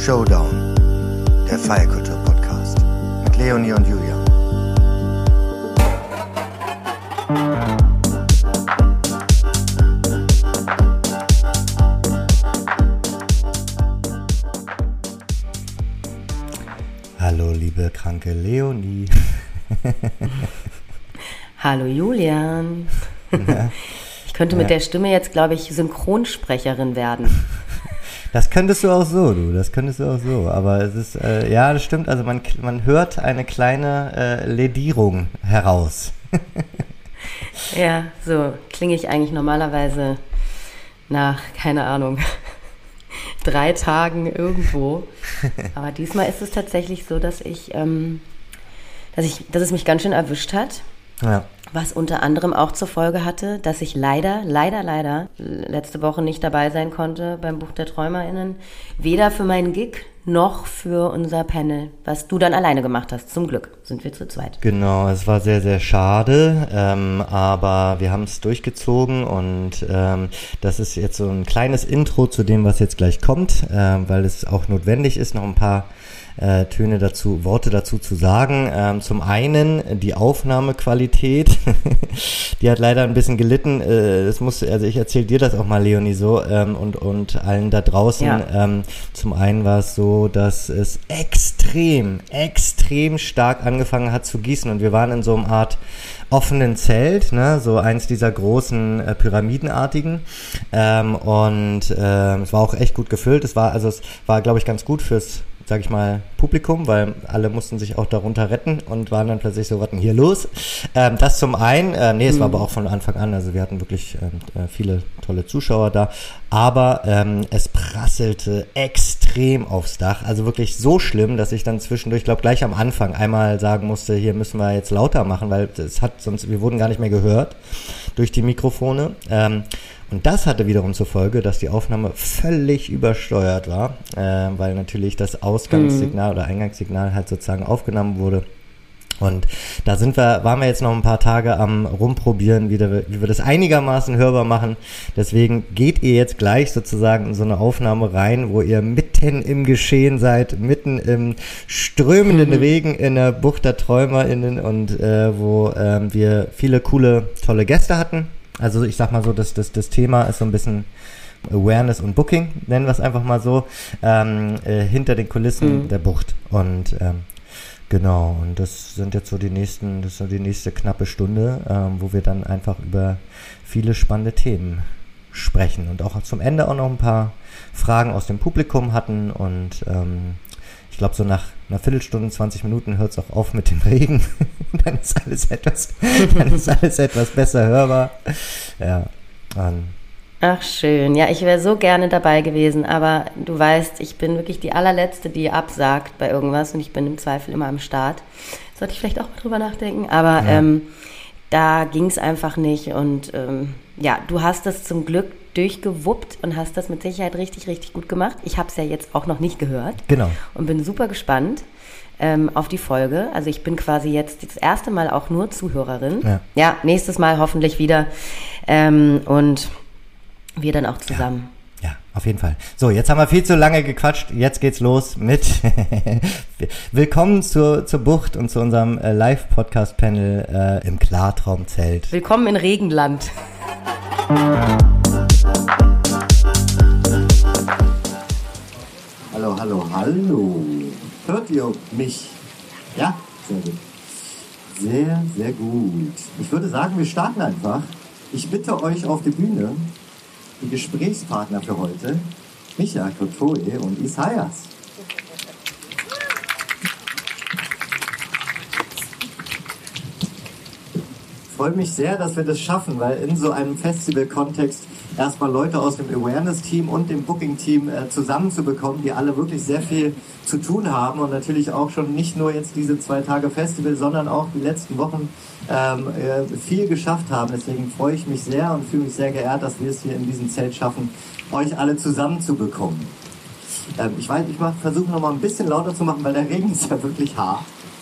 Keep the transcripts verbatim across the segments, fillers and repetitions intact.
Showdown, der Feierkultur-Podcast mit Leonie und Julian. Hallo, liebe kranke Leonie. Hallo Julian. Ja. Ich könnte mit Ja. der Stimme jetzt, glaube ich, Synchronsprecherin werden. Das könntest du auch so, du, das könntest du auch so, aber es ist, äh, ja, das stimmt, also man, man hört eine kleine äh, Ledierung heraus. Ja, so klinge ich eigentlich normalerweise nach, keine Ahnung, drei Tagen irgendwo. Aber diesmal ist es tatsächlich so, dass ich, ähm, dass ich, dass es mich ganz schön erwischt hat. Ja. Was unter anderem auch zur Folge hatte, dass ich leider, leider, leider letzte Woche nicht dabei sein konnte beim Buch der TräumerInnen. Weder für meinen Gig noch für unser Panel, was du dann alleine gemacht hast. Zum Glück sind wir zu zweit. Genau, es war sehr, sehr schade, ähm, aber wir haben es durchgezogen und ähm, das ist jetzt so ein kleines Intro zu dem, was jetzt gleich kommt, äh, weil es auch notwendig ist, noch ein paar Äh, Töne dazu, Worte dazu zu sagen. Ähm, zum einen die Aufnahmequalität, die hat leider ein bisschen gelitten. Äh, das muss, also ich erzähle dir das auch mal, Leonie, so ähm, und und allen da draußen. Ja. Ähm, zum einen war es so, dass es extrem, extrem stark angefangen hat zu gießen und wir waren in so einer Art offenen Zelt, ne, so eins dieser großen äh, pyramidenartigen ähm, und äh, es war auch echt gut gefüllt. Es war also es war, glaube ich, ganz gut fürs, sag ich mal, Publikum, weil alle mussten sich auch darunter retten und waren dann plötzlich so, was denn hier los? Ähm, das zum einen, äh, nee, es war aber auch von Anfang an, also wir hatten wirklich ähm, viele tolle Zuschauer da, aber ähm, es prasselte extrem aufs Dach, also wirklich so schlimm, dass ich dann zwischendurch, glaube gleich am Anfang einmal sagen musste, hier müssen wir jetzt lauter machen, weil es hat sonst, wir wurden gar nicht mehr gehört durch die Mikrofone. Ähm, Und das hatte wiederum zur Folge, dass die Aufnahme völlig übersteuert war, äh, weil natürlich das Ausgangssignal mhm. oder Eingangssignal halt sozusagen aufgenommen wurde. Und da sind wir, waren wir jetzt noch ein paar Tage am Rumprobieren, wie, der, wie wir das einigermaßen hörbar machen. Deswegen geht ihr jetzt gleich sozusagen in so eine Aufnahme rein, wo ihr mitten im Geschehen seid, mitten im strömenden mhm. Regen in der Bucht der TräumerInnen und äh, wo äh, wir viele coole, tolle Gäste hatten. Also ich sag mal so, das, das, das Thema ist so ein bisschen Awareness und Booking, nennen wir es einfach mal so, ähm, äh, hinter den Kulissen mhm. der Bucht. Und ähm, genau, und das sind jetzt so die nächsten, das ist so die nächste knappe Stunde, ähm, wo wir dann einfach über viele spannende Themen sprechen und auch zum Ende auch noch ein paar Fragen aus dem Publikum hatten und ähm, ich glaube, so nach einer Viertelstunde, zwanzig Minuten hört es auch auf mit dem Regen. Dann ist alles etwas, dann ist alles etwas besser hörbar. Ja. Und Ach schön, ja, ich wäre so gerne dabei gewesen, aber du weißt, ich bin wirklich die allerletzte, die absagt bei irgendwas und ich bin im Zweifel immer am Start. Sollte ich vielleicht auch mal drüber nachdenken, aber Ja. ähm, da ging es einfach nicht und ähm, ja, du hast das zum Glück durchgewuppt und hast das mit Sicherheit richtig, richtig gut gemacht. Ich habe es ja jetzt auch noch nicht gehört. Genau. Und bin super gespannt ähm, auf die Folge. Also ich bin quasi jetzt das erste Mal auch nur Zuhörerin. Ja, ja nächstes Mal hoffentlich wieder ähm, und wir dann auch zusammen. Ja. Ja, auf jeden Fall. So, jetzt haben wir viel zu lange gequatscht. Jetzt geht's los mit Willkommen zur, zur Bucht und zu unserem äh, Live-Podcast-Panel äh, im Klartraumzelt. Willkommen in Regenland. Hallo, hallo, hallo. Hört ihr mich? Ja, sehr gut. Sehr, sehr gut. Ich würde sagen, wir starten einfach. Ich bitte euch auf die Bühne, die Gesprächspartner für heute, Micha, Kotoe und Isaias. Ich freue mich sehr, dass wir das schaffen, weil in so einem Festival-Kontext erstmal Leute aus dem Awareness-Team und dem Booking-Team äh, zusammenzubekommen, die alle wirklich sehr viel zu tun haben und natürlich auch schon nicht nur jetzt diese zwei Tage Festival, sondern auch die letzten Wochen ähm, äh, viel geschafft haben. Deswegen freue ich mich sehr und fühle mich sehr geehrt, dass wir es hier in diesem Zelt schaffen, euch alle zusammenzubekommen. Ähm, ich weiß, ich versuche noch mal ein bisschen lauter zu machen, weil der Regen ist ja wirklich hart.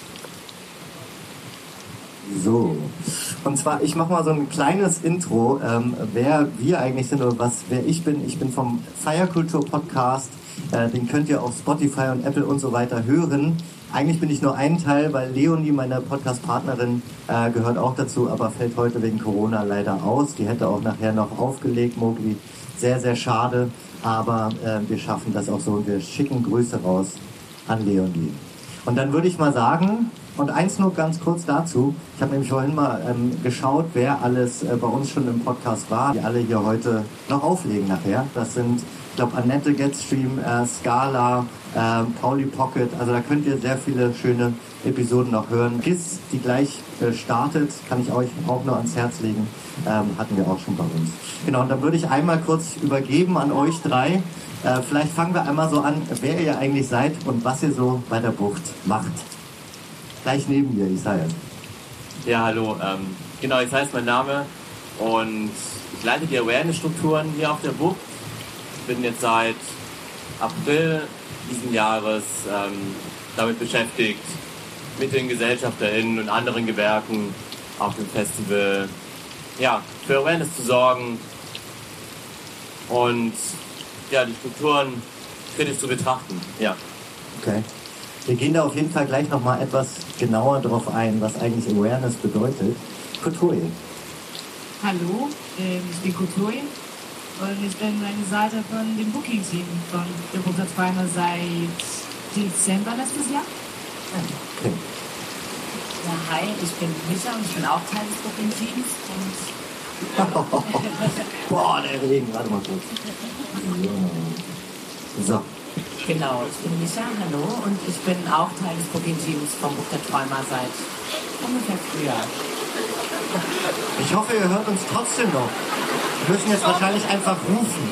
So, und zwar, ich mache mal so ein kleines Intro, ähm, wer wir eigentlich sind oder was, wer ich bin. Ich bin vom Feierkultur-Podcast Äh, den könnt ihr auf Spotify und Apple und so weiter hören. Eigentlich bin ich nur ein Teil, weil Leonie, meine Podcast-Partnerin, äh, gehört auch dazu, aber fällt heute wegen Corona leider aus. Die hätte auch nachher noch aufgelegt, Mogli. Sehr, sehr schade, aber äh, wir schaffen das auch so und wir schicken Grüße raus an Leonie. Und dann würde ich mal sagen, und eins nur ganz kurz dazu, ich habe nämlich vorhin mal ähm, geschaut, wer alles äh, bei uns schon im Podcast war, die alle hier heute noch auflegen nachher. Das sind, ich glaube, Annette Getstream, äh, Scala, äh, Pauli Pocket, also da könnt ihr sehr viele schöne Episoden noch hören. Giz, die gleich äh, startet, kann ich euch auch nur ans Herz legen, ähm, hatten wir auch schon bei uns. Genau, und dann würde ich einmal kurz übergeben an euch drei. Äh, vielleicht fangen wir einmal so an, wer ihr eigentlich seid und was ihr so bei der Bucht macht. Gleich neben mir, Isaias. Ja, hallo. Ähm, genau, Isaias ist mein Name und ich leite die Awareness-Strukturen hier auf der Bucht. Ich bin jetzt seit April diesen Jahres ähm, damit beschäftigt, mit den GesellschafterInnen und anderen Gewerken auf dem Festival ja, für Awareness zu sorgen und ja, die Strukturen kritisch zu betrachten. Ja. Okay. Wir gehen da auf jeden Fall gleich nochmal etwas genauer drauf ein, was eigentlich Awareness bedeutet. Kutui. Hallo, ich bin Kutui und ich bin eine Seite von dem Booking-Team von der Bucht der Träume seit Dezember letztes Jahr. Okay. Ja, hi, ich bin Micha und ich bin auch Teil des Booking-Teams. Boah, der Regen, warte mal kurz. So. Genau, ich bin Micha, hallo, und ich bin auch Teil des Booking-Teams vom Bucht der Träumer seit ungefähr Frühjahr. Ich hoffe, ihr hört uns trotzdem noch. Wir müssen jetzt wahrscheinlich einfach rufen.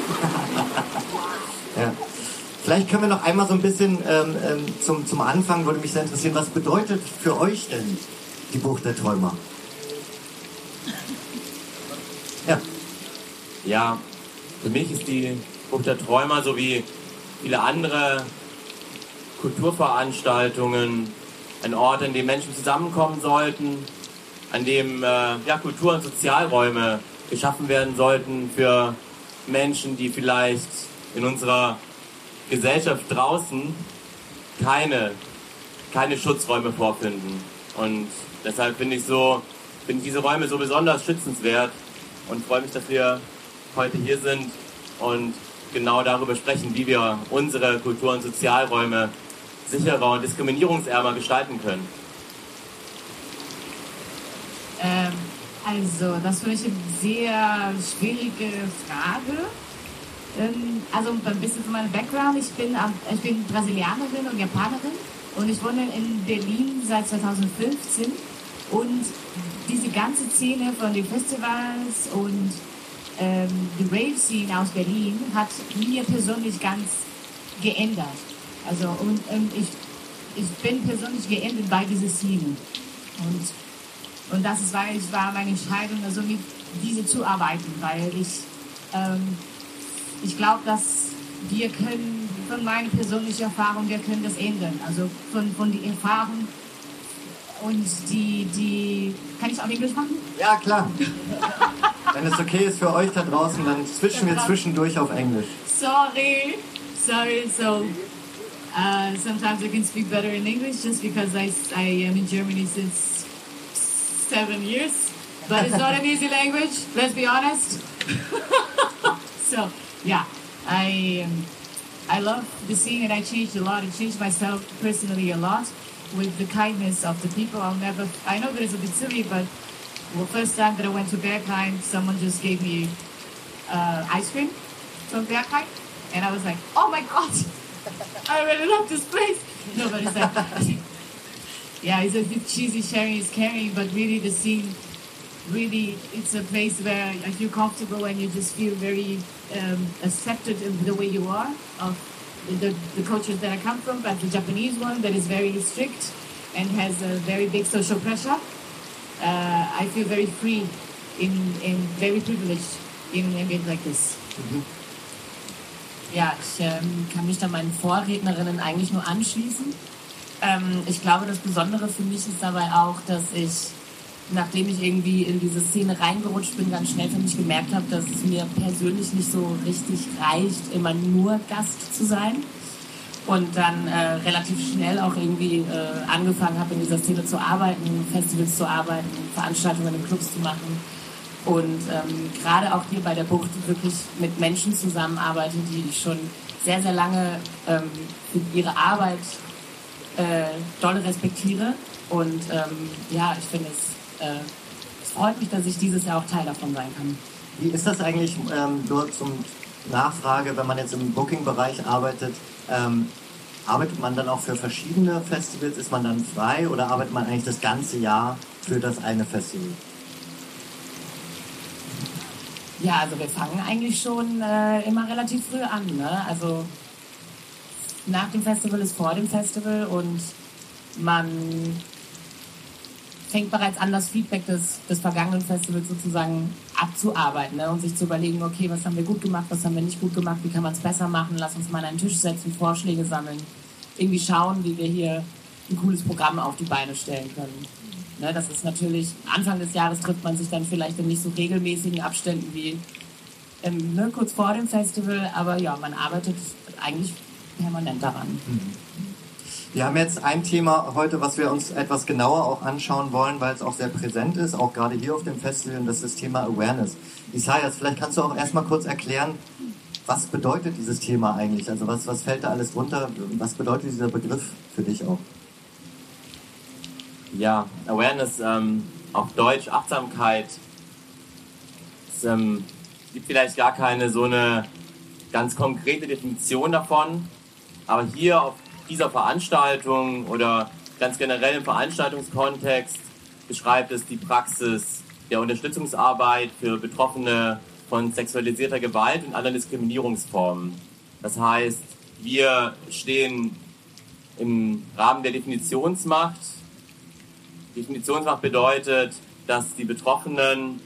Ja. Vielleicht können wir noch einmal so ein bisschen ähm, ähm, zum, zum Anfang, würde mich sehr interessieren, was bedeutet für euch denn die Bucht der Träumer? Ja. Ja, für mich ist die Bucht der Träumer sowie viele andere Kulturveranstaltungen ein Ort, an dem Menschen zusammenkommen sollten, an dem äh, ja, Kultur- und Sozialräume geschaffen werden sollten für Menschen, die vielleicht in unserer Gesellschaft draußen keine, keine Schutzräume vorfinden. Und deshalb finde ich, so, finde ich diese Räume so besonders schützenswert und freue mich, dass wir heute hier sind und genau darüber sprechen, wie wir unsere Kultur- und Sozialräume sicherer und diskriminierungsärmer gestalten können. Ähm, also, das finde ich eine sehr schwierige Frage. Ähm, also, ein bisschen von meinem Background. Ich bin, ich bin Brasilianerin und Japanerin und ich wohne in Berlin seit zweitausendfünfzehn. Und diese ganze Szene von den Festivals und ähm, die Rave-Scene aus Berlin hat mir persönlich ganz geändert. Also, und, und ich, ich bin persönlich geändert bei dieser Szene. Und, und das ist, weil ich war meine Entscheidung, also mit diese zu arbeiten, weil ich, ähm, ich glaube, dass wir können, von meiner persönlichen Erfahrung, wir können das ändern. Also von, von der Erfahrung und die, die, kann ich auch Englisch machen? Ja, klar. Wenn es okay ist für euch da draußen, dann switchen wir zwischendurch auf Englisch. Sorry, sorry, so uh, sometimes I can speak better in English just because I, I am in Germany since seven years, but it's not an easy language, let's be honest. So, yeah, I, um, I love the scene and I changed a lot. I changed myself personally a lot with the kindness of the people. I'll never, I know that it's a bit silly, but the first time that I went to Berghain, someone just gave me uh, ice cream from Berghain, and I was like, oh my god, I really love this place. No, but it's like, yeah, it's a bit cheesy, sharing is caring, but really the scene, really, it's a place where I feel comfortable and you just feel very um, accepted in the way you are, of the, the cultures that I come from, but the Japanese one that is very strict and has a very big social pressure. Uh, I feel very free in, in very privileged in an ambient like this. Mhm. Ja, ich ähm, kann mich da meinen Vorrednerinnen eigentlich nur anschließen. Ähm, ich glaube, das Besondere für mich ist dabei auch, dass ich nachdem ich irgendwie in diese Szene reingerutscht bin, ganz schnell für mich gemerkt habe, dass es mir persönlich nicht so richtig reicht, immer nur Gast zu sein. Und dann äh, relativ schnell auch irgendwie äh, angefangen habe, in dieser Szene zu arbeiten, Festivals zu arbeiten, Veranstaltungen in Clubs zu machen. Und ähm, gerade auch hier bei der Bucht wirklich mit Menschen zusammenarbeite, die ich schon sehr, sehr lange ähm, für ihre Arbeit äh, doll respektiere. Und ähm, ja, ich finde es, äh, es freut mich, dass ich dieses Jahr auch Teil davon sein kann. Wie ist das eigentlich ähm, nur zum Nachfrage, wenn man jetzt im Booking-Bereich arbeitet? Ähm, arbeitet man dann auch für verschiedene Festivals? Ist man dann frei oder arbeitet man eigentlich das ganze Jahr für das eine Festival? Ja, also wir fangen eigentlich schon äh, immer relativ früh an. Ne? Also nach dem Festival ist vor dem Festival und man fängt bereits an, das Feedback des, des vergangenen Festivals sozusagen abzuarbeiten, ne? Und sich zu überlegen, okay, was haben wir gut gemacht, was haben wir nicht gut gemacht, wie kann man es besser machen, lass uns mal an einen Tisch setzen, Vorschläge sammeln, irgendwie schauen, wie wir hier ein cooles Programm auf die Beine stellen können. Ne, das ist natürlich, Anfang des Jahres trifft man sich dann vielleicht in nicht so regelmäßigen Abständen wie ähm, ne, kurz vor dem Festival, aber ja, man arbeitet eigentlich permanent daran. Mhm. Wir haben jetzt ein Thema heute, was wir uns etwas genauer auch anschauen wollen, weil es auch sehr präsent ist, auch gerade hier auf dem Festival, und das ist das Thema Awareness. Isaias, vielleicht kannst du auch erstmal kurz erklären, was bedeutet dieses Thema eigentlich? Also was, was fällt da alles runter? Was bedeutet dieser Begriff für dich auch? Ja, Awareness, ähm, auf Deutsch Achtsamkeit. Es ähm, gibt vielleicht gar keine so eine ganz konkrete Definition davon, aber hier auf dieser Veranstaltung oder ganz generell im Veranstaltungskontext beschreibt es die Praxis der Unterstützungsarbeit für Betroffene von sexualisierter Gewalt und anderen Diskriminierungsformen. Das heißt, wir stehen im Rahmen der Definitionsmacht. Definitionsmacht bedeutet, dass die Betroffenen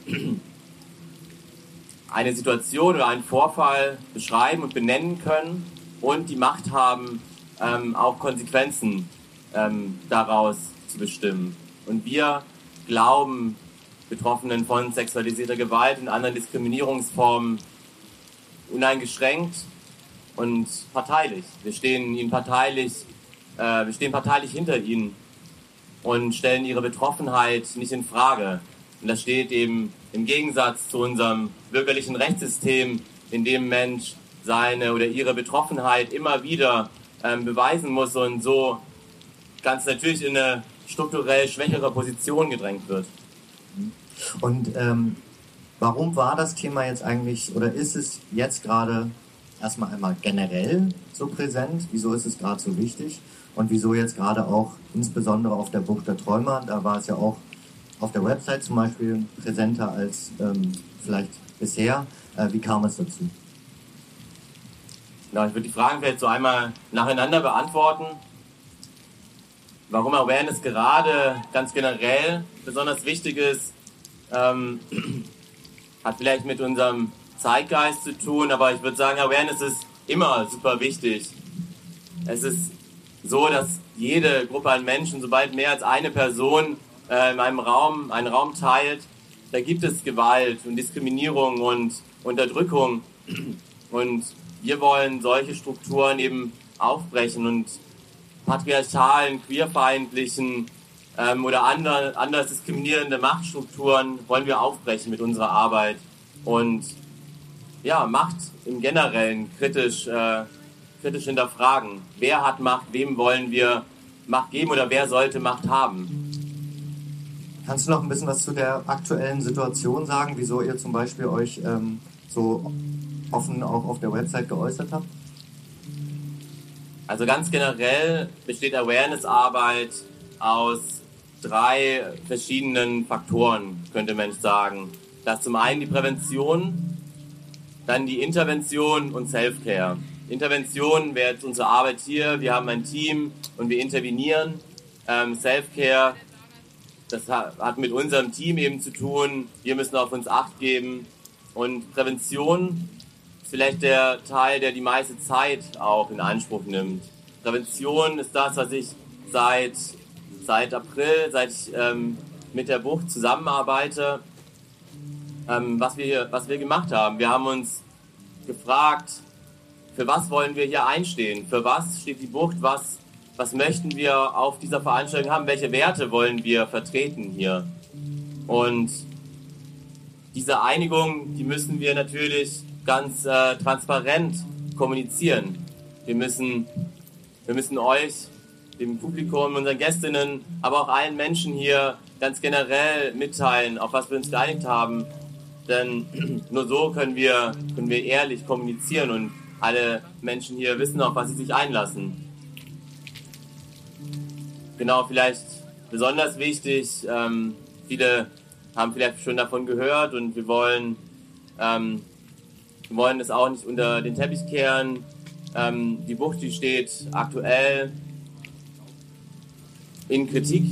eine Situation oder einen Vorfall beschreiben und benennen können und die Macht haben, ähm, auch Konsequenzen ähm, daraus zu bestimmen. Und wir glauben Betroffenen von sexualisierter Gewalt und anderen Diskriminierungsformen uneingeschränkt und parteilich. Wir stehen ihnen parteilich, äh, wir stehen parteilich hinter ihnen und stellen ihre Betroffenheit nicht in Frage. Und das steht eben im Gegensatz zu unserem bürgerlichen Rechtssystem, in dem Mensch seine oder ihre Betroffenheit immer wieder ähm, beweisen muss und so ganz natürlich in eine strukturell schwächere Position gedrängt wird. Und ähm, warum war das Thema jetzt eigentlich, oder ist es jetzt gerade erstmal einmal generell so präsent? Wieso ist es gerade so wichtig? Und wieso jetzt gerade auch insbesondere auf der Bucht der Träumer? Da war es ja auch auf der Website zum Beispiel präsenter als ähm, vielleicht bisher. Äh, wie kam es dazu? Ja, ich würde die Fragen vielleicht so einmal nacheinander beantworten. Warum Awareness gerade ganz generell besonders wichtig ist, ähm, hat vielleicht mit unserem Zeitgeist zu tun, aber ich würde sagen, Awareness ist immer super wichtig. Es ist so, dass jede Gruppe an Menschen, sobald mehr als eine Person äh, in einem Raum, einen Raum teilt, da gibt es Gewalt und Diskriminierung und Unterdrückung. Und wir wollen solche Strukturen eben aufbrechen und patriarchalen, queerfeindlichen ähm, oder andere, anders diskriminierende Machtstrukturen wollen wir aufbrechen mit unserer Arbeit. Und ja, Macht im Generellen kritisch äh, kritisch hinterfragen. Wer hat Macht? Wem wollen wir Macht geben oder wer sollte Macht haben? Kannst du noch ein bisschen was zu der aktuellen Situation sagen, wieso ihr zum Beispiel euch ähm, so offen auch auf der Website geäußert habt? Also ganz generell besteht Awareness-Arbeit aus drei verschiedenen Faktoren, könnte man sagen. Das ist zum einen die Prävention, dann die Intervention und Self-Care. Intervention wäre jetzt unsere Arbeit hier, wir haben ein Team und wir intervenieren. Ähm, Self-Care, das hat mit unserem Team eben zu tun, wir müssen auf uns Acht geben. Und Prävention ist vielleicht der Teil, der die meiste Zeit auch in Anspruch nimmt. Prävention ist das, was ich seit, seit April, seit ich ähm, mit der Bucht zusammenarbeite, ähm, was wir, was wir gemacht haben. Wir haben uns gefragt, für was wollen wir hier einstehen? Für was steht die Bucht? Was, was möchten wir auf dieser Veranstaltung haben? Welche Werte wollen wir vertreten hier? Und diese Einigung, die müssen wir natürlich ganz äh, transparent kommunizieren. Wir müssen, wir müssen euch, dem Publikum, unseren Gästinnen, aber auch allen Menschen hier ganz generell mitteilen, auf was wir uns geeinigt haben. Denn nur so können wir, können wir ehrlich kommunizieren und alle Menschen hier wissen, auf was sie sich einlassen. Genau, vielleicht besonders wichtig, ähm, viele haben vielleicht schon davon gehört und wir wollen, ähm, wir wollen es auch nicht unter den Teppich kehren. Ähm, die Bucht, die steht aktuell in Kritik.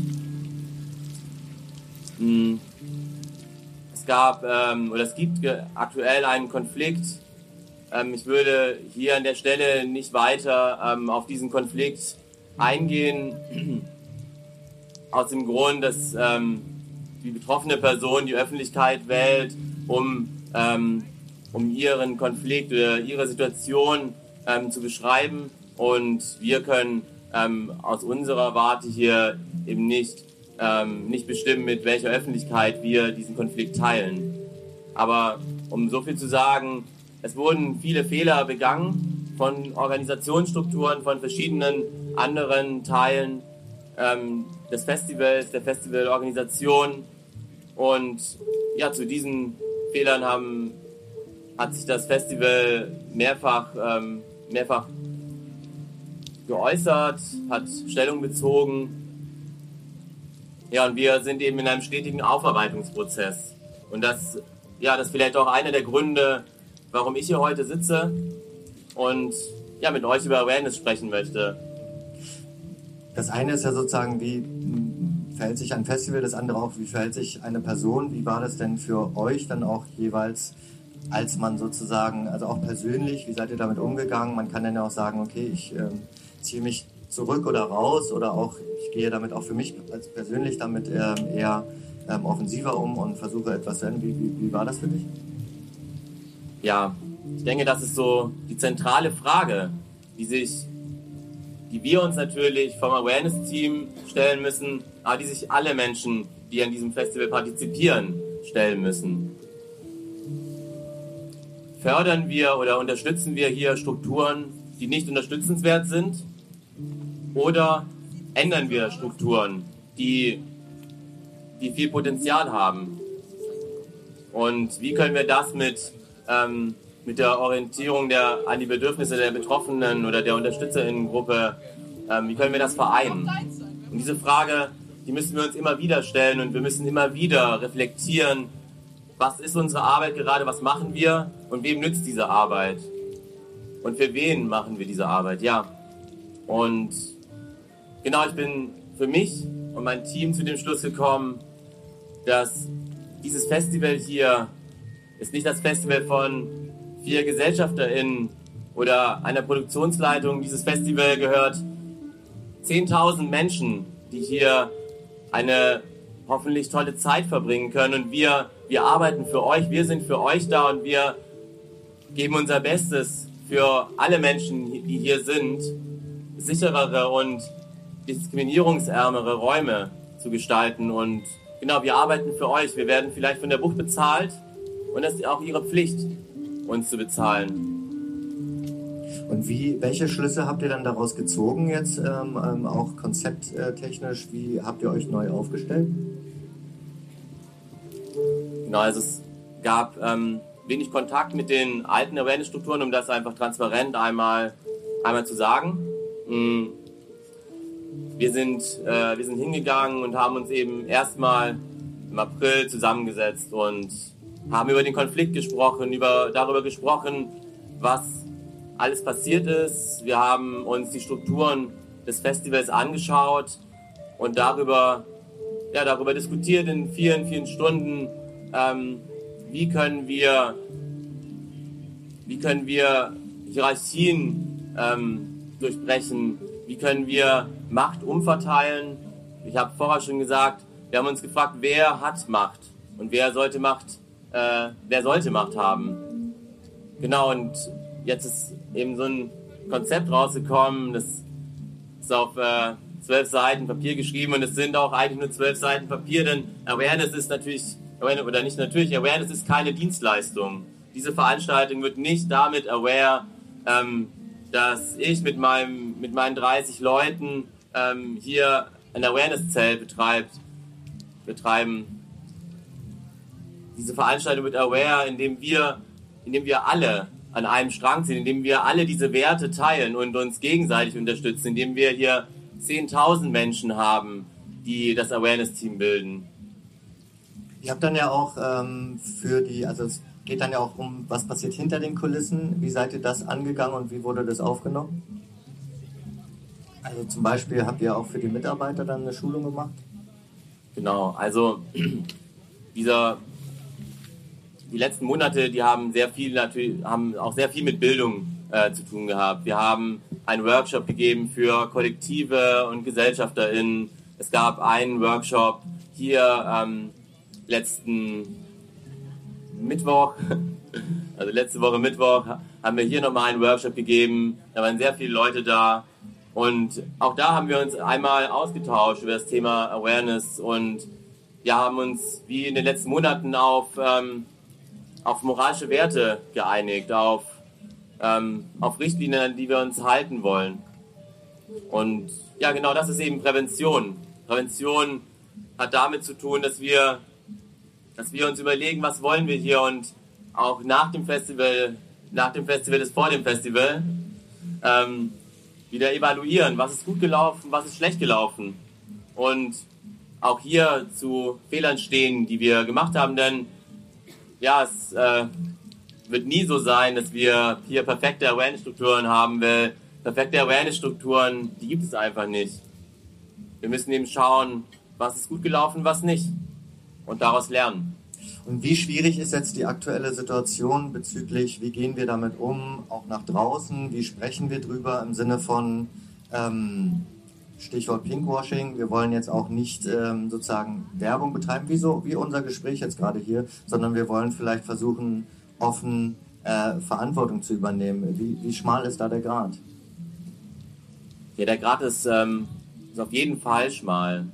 Hm. Es gab ähm, oder es gibt aktuell einen Konflikt. Ähm, ich würde hier an der Stelle nicht weiter ähm, auf diesen Konflikt eingehen, aus dem Grund, dass ähm, die betroffene Person die Öffentlichkeit wählt, um, ähm, um ihren Konflikt oder ihre Situation ähm, zu beschreiben. Und wir können ähm, aus unserer Warte hier eben nicht Ähm, nicht bestimmen, mit welcher Öffentlichkeit wir diesen Konflikt teilen. Aber um so viel zu sagen, es wurden viele Fehler begangen von Organisationsstrukturen, von verschiedenen anderen Teilen ähm, des Festivals, der Festivalorganisation. Und ja, zu diesen Fehlern haben, hat sich das Festival mehrfach, ähm, mehrfach geäußert, hat Stellung bezogen. Ja, und wir sind eben in einem stetigen Aufarbeitungsprozess. Und das, ja, das ist vielleicht auch einer der Gründe, warum ich hier heute sitze und ja, mit euch über Awareness sprechen möchte. Das eine ist ja sozusagen, wie verhält sich ein Festival, das andere auch, wie verhält sich eine Person. Wie war das denn für euch dann auch jeweils, als man sozusagen, also auch persönlich, wie seid ihr damit umgegangen? Man kann dann ja auch sagen, okay, ich ähm, ziehe mich zurück oder raus oder auch, ich gehe damit auch für mich als persönlich damit ähm, eher ähm, offensiver um und versuche etwas zu ändern. Wie, wie, wie war das für dich? Ja, ich denke, das ist so die zentrale Frage, die sich, die wir uns natürlich vom Awareness-Team stellen müssen, aber die sich alle Menschen, die an diesem Festival partizipieren, stellen müssen. Fördern wir oder unterstützen wir hier Strukturen, die nicht unterstützenswert sind? Oder ändern wir Strukturen, die, die viel Potenzial haben? Und wie können wir das mit, ähm, mit der Orientierung der, an die Bedürfnisse der Betroffenen oder der UnterstützerInnengruppe, ähm, wie können wir das vereinen? Und diese Frage, die müssen wir uns immer wieder stellen und wir müssen immer wieder reflektieren, was ist unsere Arbeit gerade, was machen wir und wem nützt diese Arbeit? Und für wen machen wir diese Arbeit? Ja. Und genau, ich bin für mich und mein Team zu dem Schluss gekommen, dass dieses Festival hier ist nicht das Festival von vier GesellschafterInnen oder einer Produktionsleitung. Dieses Festival gehört zehntausend Menschen, die hier eine hoffentlich tolle Zeit verbringen können. Und wir, wir arbeiten für euch, wir sind für euch da und wir geben unser Bestes für alle Menschen, die hier sind, sicherere und diskriminierungsärmere Räume zu gestalten. Und genau, wir arbeiten für euch. Wir werden vielleicht von der Bucht bezahlt und das ist auch ihre Pflicht, uns zu bezahlen. Und wie, welche Schlüsse habt ihr dann daraus gezogen jetzt, ähm, ähm, auch konzepttechnisch? Wie habt ihr euch neu aufgestellt? Genau, also es gab ähm, wenig Kontakt mit den alten Awareness-Strukturen, um das einfach transparent einmal, einmal zu sagen. Mhm. Wir sind, äh, wir sind hingegangen und haben uns eben erstmal im April zusammengesetzt und haben über den Konflikt gesprochen, über, darüber gesprochen, was alles passiert ist. Wir haben uns die Strukturen des Festivals angeschaut und darüber, ja, darüber diskutiert in vielen, vielen Stunden, ähm, wie können wir, wie können wir Hierarchien ähm, durchbrechen, wie können wir Macht umverteilen. Ich habe vorher schon gesagt, wir haben uns gefragt, wer hat Macht und wer sollte Macht, äh, wer sollte Macht haben. Genau, und jetzt ist eben so ein Konzept rausgekommen, das ist auf äh, zwölf Seiten Papier geschrieben und es sind auch eigentlich nur zwölf Seiten Papier, denn Awareness ist natürlich, oder nicht natürlich, Awareness ist keine Dienstleistung. Diese Veranstaltung wird nicht damit aware, ähm, dass ich mit meinem, mit meinen dreißig Leuten ähm, hier ein Awareness-Zelt betreibt, betreiben. Diese Veranstaltung wird aware, indem wir, indem wir alle an einem Strang ziehen, indem wir alle diese Werte teilen und uns gegenseitig unterstützen, indem wir hier zehntausend Menschen haben, die das Awareness-Team bilden. Ihr habt dann ja auch ähm, für die, also es geht dann ja auch um, was passiert hinter den Kulissen. Wie seid ihr das angegangen und wie wurde das aufgenommen? Also zum Beispiel habt ihr auch für die Mitarbeiter dann eine Schulung gemacht? Genau, also dieser, die letzten Monate, die haben sehr viel natürlich, haben auch sehr viel mit Bildung äh, zu tun gehabt. Wir haben einen Workshop gegeben für Kollektive und GesellschafterInnen. Es gab einen Workshop hier ähm, letzten Mittwoch, also letzte Woche Mittwoch, haben wir hier nochmal einen Workshop gegeben. Da waren sehr viele Leute da. Und auch da haben wir uns einmal ausgetauscht über das Thema Awareness und wir haben uns wie in den letzten Monaten auf, ähm, auf moralische Werte geeinigt, auf, ähm, auf Richtlinien, an die wir uns halten wollen. Und ja, genau das ist eben Prävention. Prävention hat damit zu tun, dass wir, dass wir uns überlegen, was wollen wir hier und auch nach dem Festival, nach dem Festival ist vor dem Festival, ähm, wieder evaluieren, was ist gut gelaufen, was ist schlecht gelaufen und auch hier zu Fehlern stehen, die wir gemacht haben, denn ja, es äh, wird nie so sein, dass wir hier perfekte Awareness-Strukturen haben, weil perfekte Awareness-Strukturen, die gibt es einfach nicht. Wir müssen eben schauen, was ist gut gelaufen, was nicht und daraus lernen. Und wie schwierig ist jetzt die aktuelle Situation bezüglich, wie gehen wir damit um, auch nach draußen, wie sprechen wir drüber im Sinne von ähm, Stichwort Pinkwashing, wir wollen jetzt auch nicht ähm, sozusagen Werbung betreiben, wie, so, wie unser Gespräch jetzt gerade hier, sondern wir wollen vielleicht versuchen, offen äh, Verantwortung zu übernehmen. Wie, wie schmal ist da der Grat? Ja, der Grat ist, ähm, ist auf jeden Fall schmal.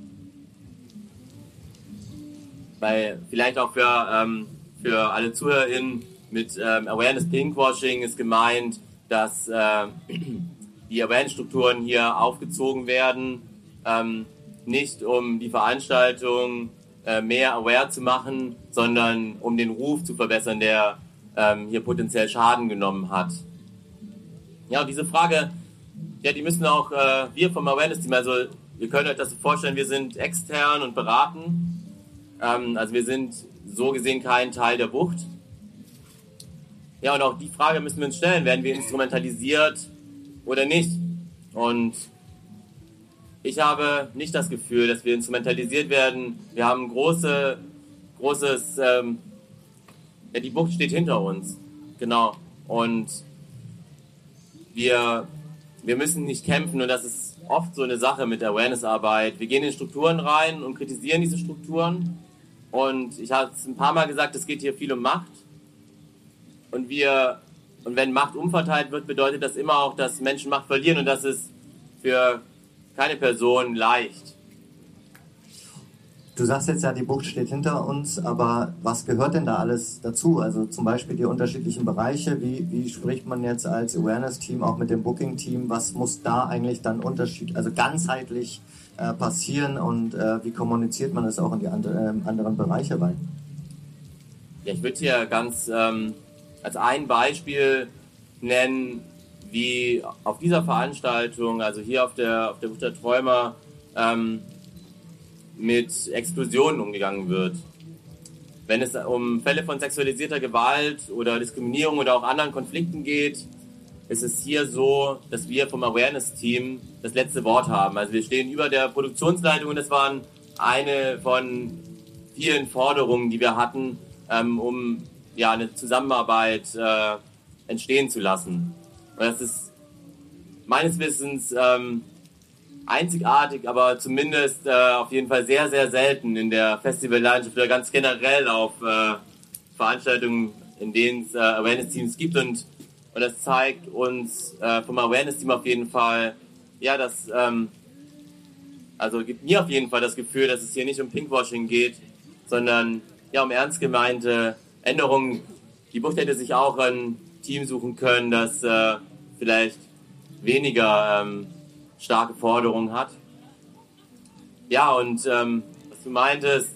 Weil vielleicht auch für, ähm, für alle ZuhörerInnen mit ähm, Awareness Pinkwashing ist gemeint, dass äh, die Awareness-Strukturen hier aufgezogen werden, ähm, nicht um die Veranstaltung äh, mehr aware zu machen, sondern um den Ruf zu verbessern, der ähm, hier potenziell Schaden genommen hat. Ja, und diese Frage, ja, die müssen auch äh, wir vom Awareness-Team, also ihr könnt euch das so vorstellen, wir sind extern und beraten. Also wir sind so gesehen kein Teil der Bucht. Ja, und auch die Frage müssen wir uns stellen, werden wir instrumentalisiert oder nicht? Und ich habe nicht das Gefühl, dass wir instrumentalisiert werden. Wir haben große, großes, ähm, ja, die Bucht steht hinter uns, genau. Und wir, wir müssen nicht kämpfen und das ist oft so eine Sache mit Awareness-Arbeit. Wir gehen in Strukturen rein und kritisieren diese Strukturen. Und ich habe es ein paar Mal gesagt, es geht hier viel um Macht. Und wir, und wenn Macht umverteilt wird, bedeutet das immer auch, dass Menschen Macht verlieren und das ist für keine Person leicht. Du sagst jetzt ja, die Bucht steht hinter uns, aber was gehört denn da alles dazu? Also zum Beispiel die unterschiedlichen Bereiche, wie, wie spricht man jetzt als Awareness-Team auch mit dem Booking-Team, was muss da eigentlich dann unterschiedlich, also ganzheitlich äh, passieren und äh, wie kommuniziert man das auch in die and- äh, anderen Bereiche rein? Ja, ich würde hier ganz ähm, als ein Beispiel nennen, wie auf dieser Veranstaltung, also hier auf der, auf der Bucht der Träumer, ähm, mit Explosionen umgegangen wird. Wenn es um Fälle von sexualisierter Gewalt oder Diskriminierung oder auch anderen Konflikten geht, ist es hier so, dass wir vom Awareness-Team das letzte Wort haben. Also wir stehen über der Produktionsleitung und das waren eine von vielen Forderungen, die wir hatten, ähm, um ja, eine Zusammenarbeit äh, entstehen zu lassen. Und das ist meines Wissens ähm, einzigartig, aber zumindest äh, auf jeden Fall sehr, sehr selten in der Festivallandschaft oder ganz generell auf äh, Veranstaltungen, in denen es äh, Awareness-Teams gibt. Und, und das zeigt uns äh, vom Awareness-Team auf jeden Fall, ja, das ähm, also gibt mir auf jeden Fall das Gefühl, dass es hier nicht um Pinkwashing geht, sondern ja um ernst gemeinte Änderungen. Die Bucht hätte sich auch ein Team suchen können, das äh, vielleicht weniger ähm, starke Forderungen hat. Ja, und ähm, was du meintest,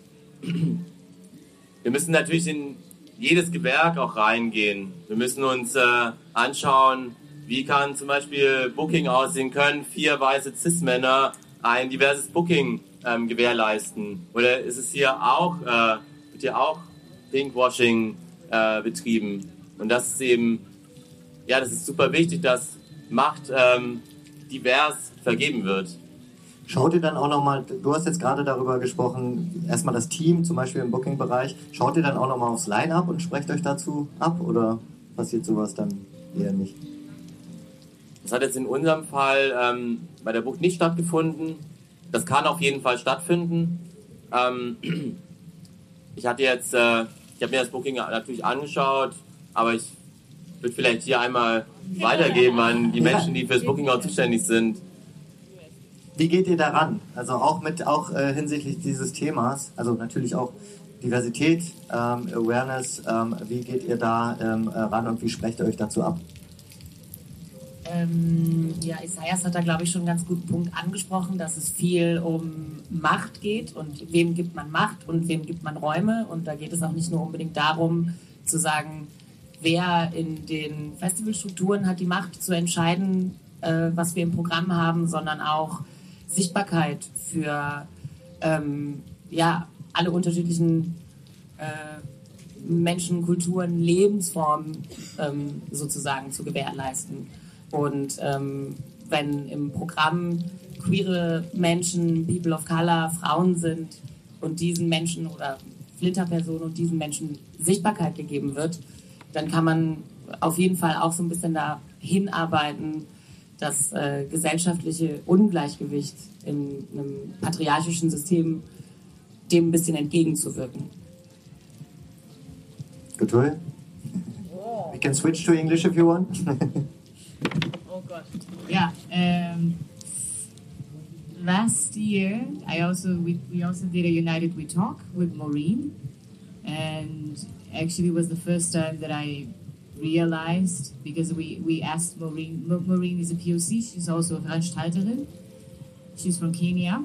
wir müssen natürlich in jedes Gewerk auch reingehen. Wir müssen uns äh, anschauen, wie kann zum Beispiel Booking aussehen, können vier weiße Cis-Männer ein diverses Booking ähm, gewährleisten? Oder ist es hier auch, äh, wird hier auch Pinkwashing äh, betrieben? Und das ist eben, ja, das ist super wichtig, dass Macht ähm, divers vergeben wird. Schaut ihr dann auch nochmal, du hast jetzt gerade darüber gesprochen, erstmal das Team, zum Beispiel im Booking-Bereich, schaut ihr dann auch nochmal aufs Line-Up und sprecht euch dazu ab oder passiert sowas dann eher nicht? Das hat jetzt in unserem Fall ähm, bei der Bucht nicht stattgefunden. Das kann auf jeden Fall stattfinden. Ähm, ich hatte jetzt, äh, ich habe mir das Booking natürlich angeschaut, aber ich würde vielleicht hier einmal weitergeben an die Menschen, die fürs Booking auch zuständig sind. Wie geht ihr daran? Also auch mit auch äh, hinsichtlich dieses Themas, also natürlich auch Diversität, ähm, Awareness, ähm, wie geht ihr da ähm, ran und wie sprecht ihr euch dazu ab? Ähm, ja, Isaias hat da, glaube ich, schon einen ganz guten Punkt angesprochen, dass es viel um Macht geht und wem gibt man Macht und wem gibt man Räume. Und da geht es auch nicht nur unbedingt darum, zu sagen, wer in den Festivalstrukturen hat die Macht zu entscheiden, äh, was wir im Programm haben, sondern auch Sichtbarkeit für ähm, ja, alle unterschiedlichen äh, Menschen, Kulturen, Lebensformen ähm, sozusagen zu gewährleisten. Und ähm, wenn im Programm queere Menschen, People of Color, Frauen sind und diesen Menschen oder Flinterpersonen und diesen Menschen Sichtbarkeit gegeben wird, dann kann man auf jeden Fall auch so ein bisschen da hinarbeiten, das äh, gesellschaftliche Ungleichgewicht in einem patriarchischen System dem ein bisschen entgegenzuwirken. Good way. We can switch to English if you want. Oh God. Yeah. Um, last year, I also we, we also did a United We Talk with Maureen, and actually it was the first time that I realized, because we, we asked Maureen. Maureen is a P O C. She's also a Veranstalterin. She's from Kenya,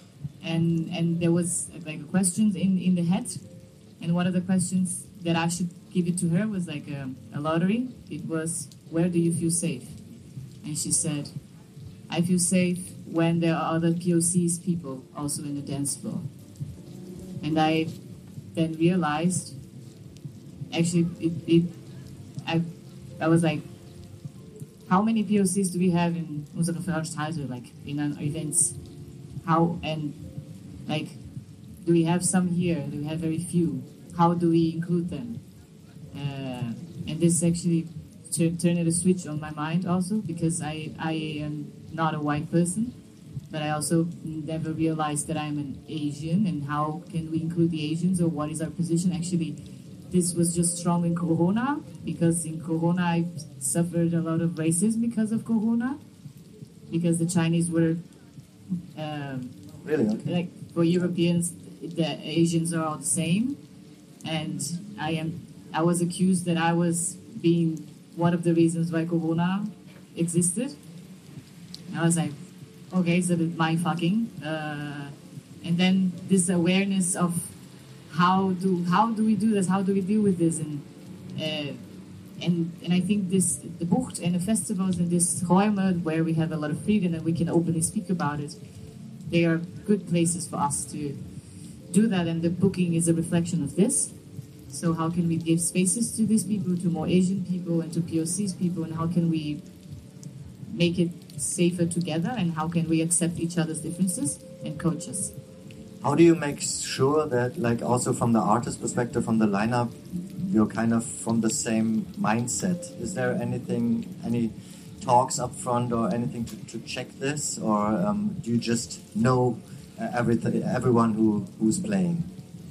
and and there was like a questions in in the head, and one of the questions that I should give it to her was like a, a lottery. It was, where do you feel safe? And she said, I feel safe when there are other P O Cs people also in the dance floor. And I then realized, actually, it, it I, I was like, how many P O Cs do we have in unsere Veranstaltung, like in our events? How, and like, do we have some here? Do we have very few? How do we include them? Uh, and this actually turned a switch on my mind also, because I, I am not a white person, but I also never realized that I'm an Asian, and how can we include the Asians, or what is our position? Actually, this was just strong in Corona, because in Corona I suffered a lot of racism because of Corona, because the Chinese were um, really okay. Like for Europeans, the Asians are all the same, and I am I was accused that I was being one of the reasons why Corona existed. And I was like, okay, it's a bit mind-fucking. Uh, and then this awareness of how do how do we do this? How do we deal with this? And uh, and and I think this the Bucht and the festivals and this Räume where we have a lot of freedom and we can openly speak about it, they are good places for us to do that. And the booking is a reflection of this. So how can we give spaces to these people, to more Asian people and to P O Cs people, and how can we make it safer together, and how can we accept each other's differences and coach us? How do you make sure that, like, also from the artist perspective, from the lineup, you're kind of from the same mindset? Is there anything, any talks up front or anything to, to check this, or um, do you just know uh, everything, everyone who, who's playing?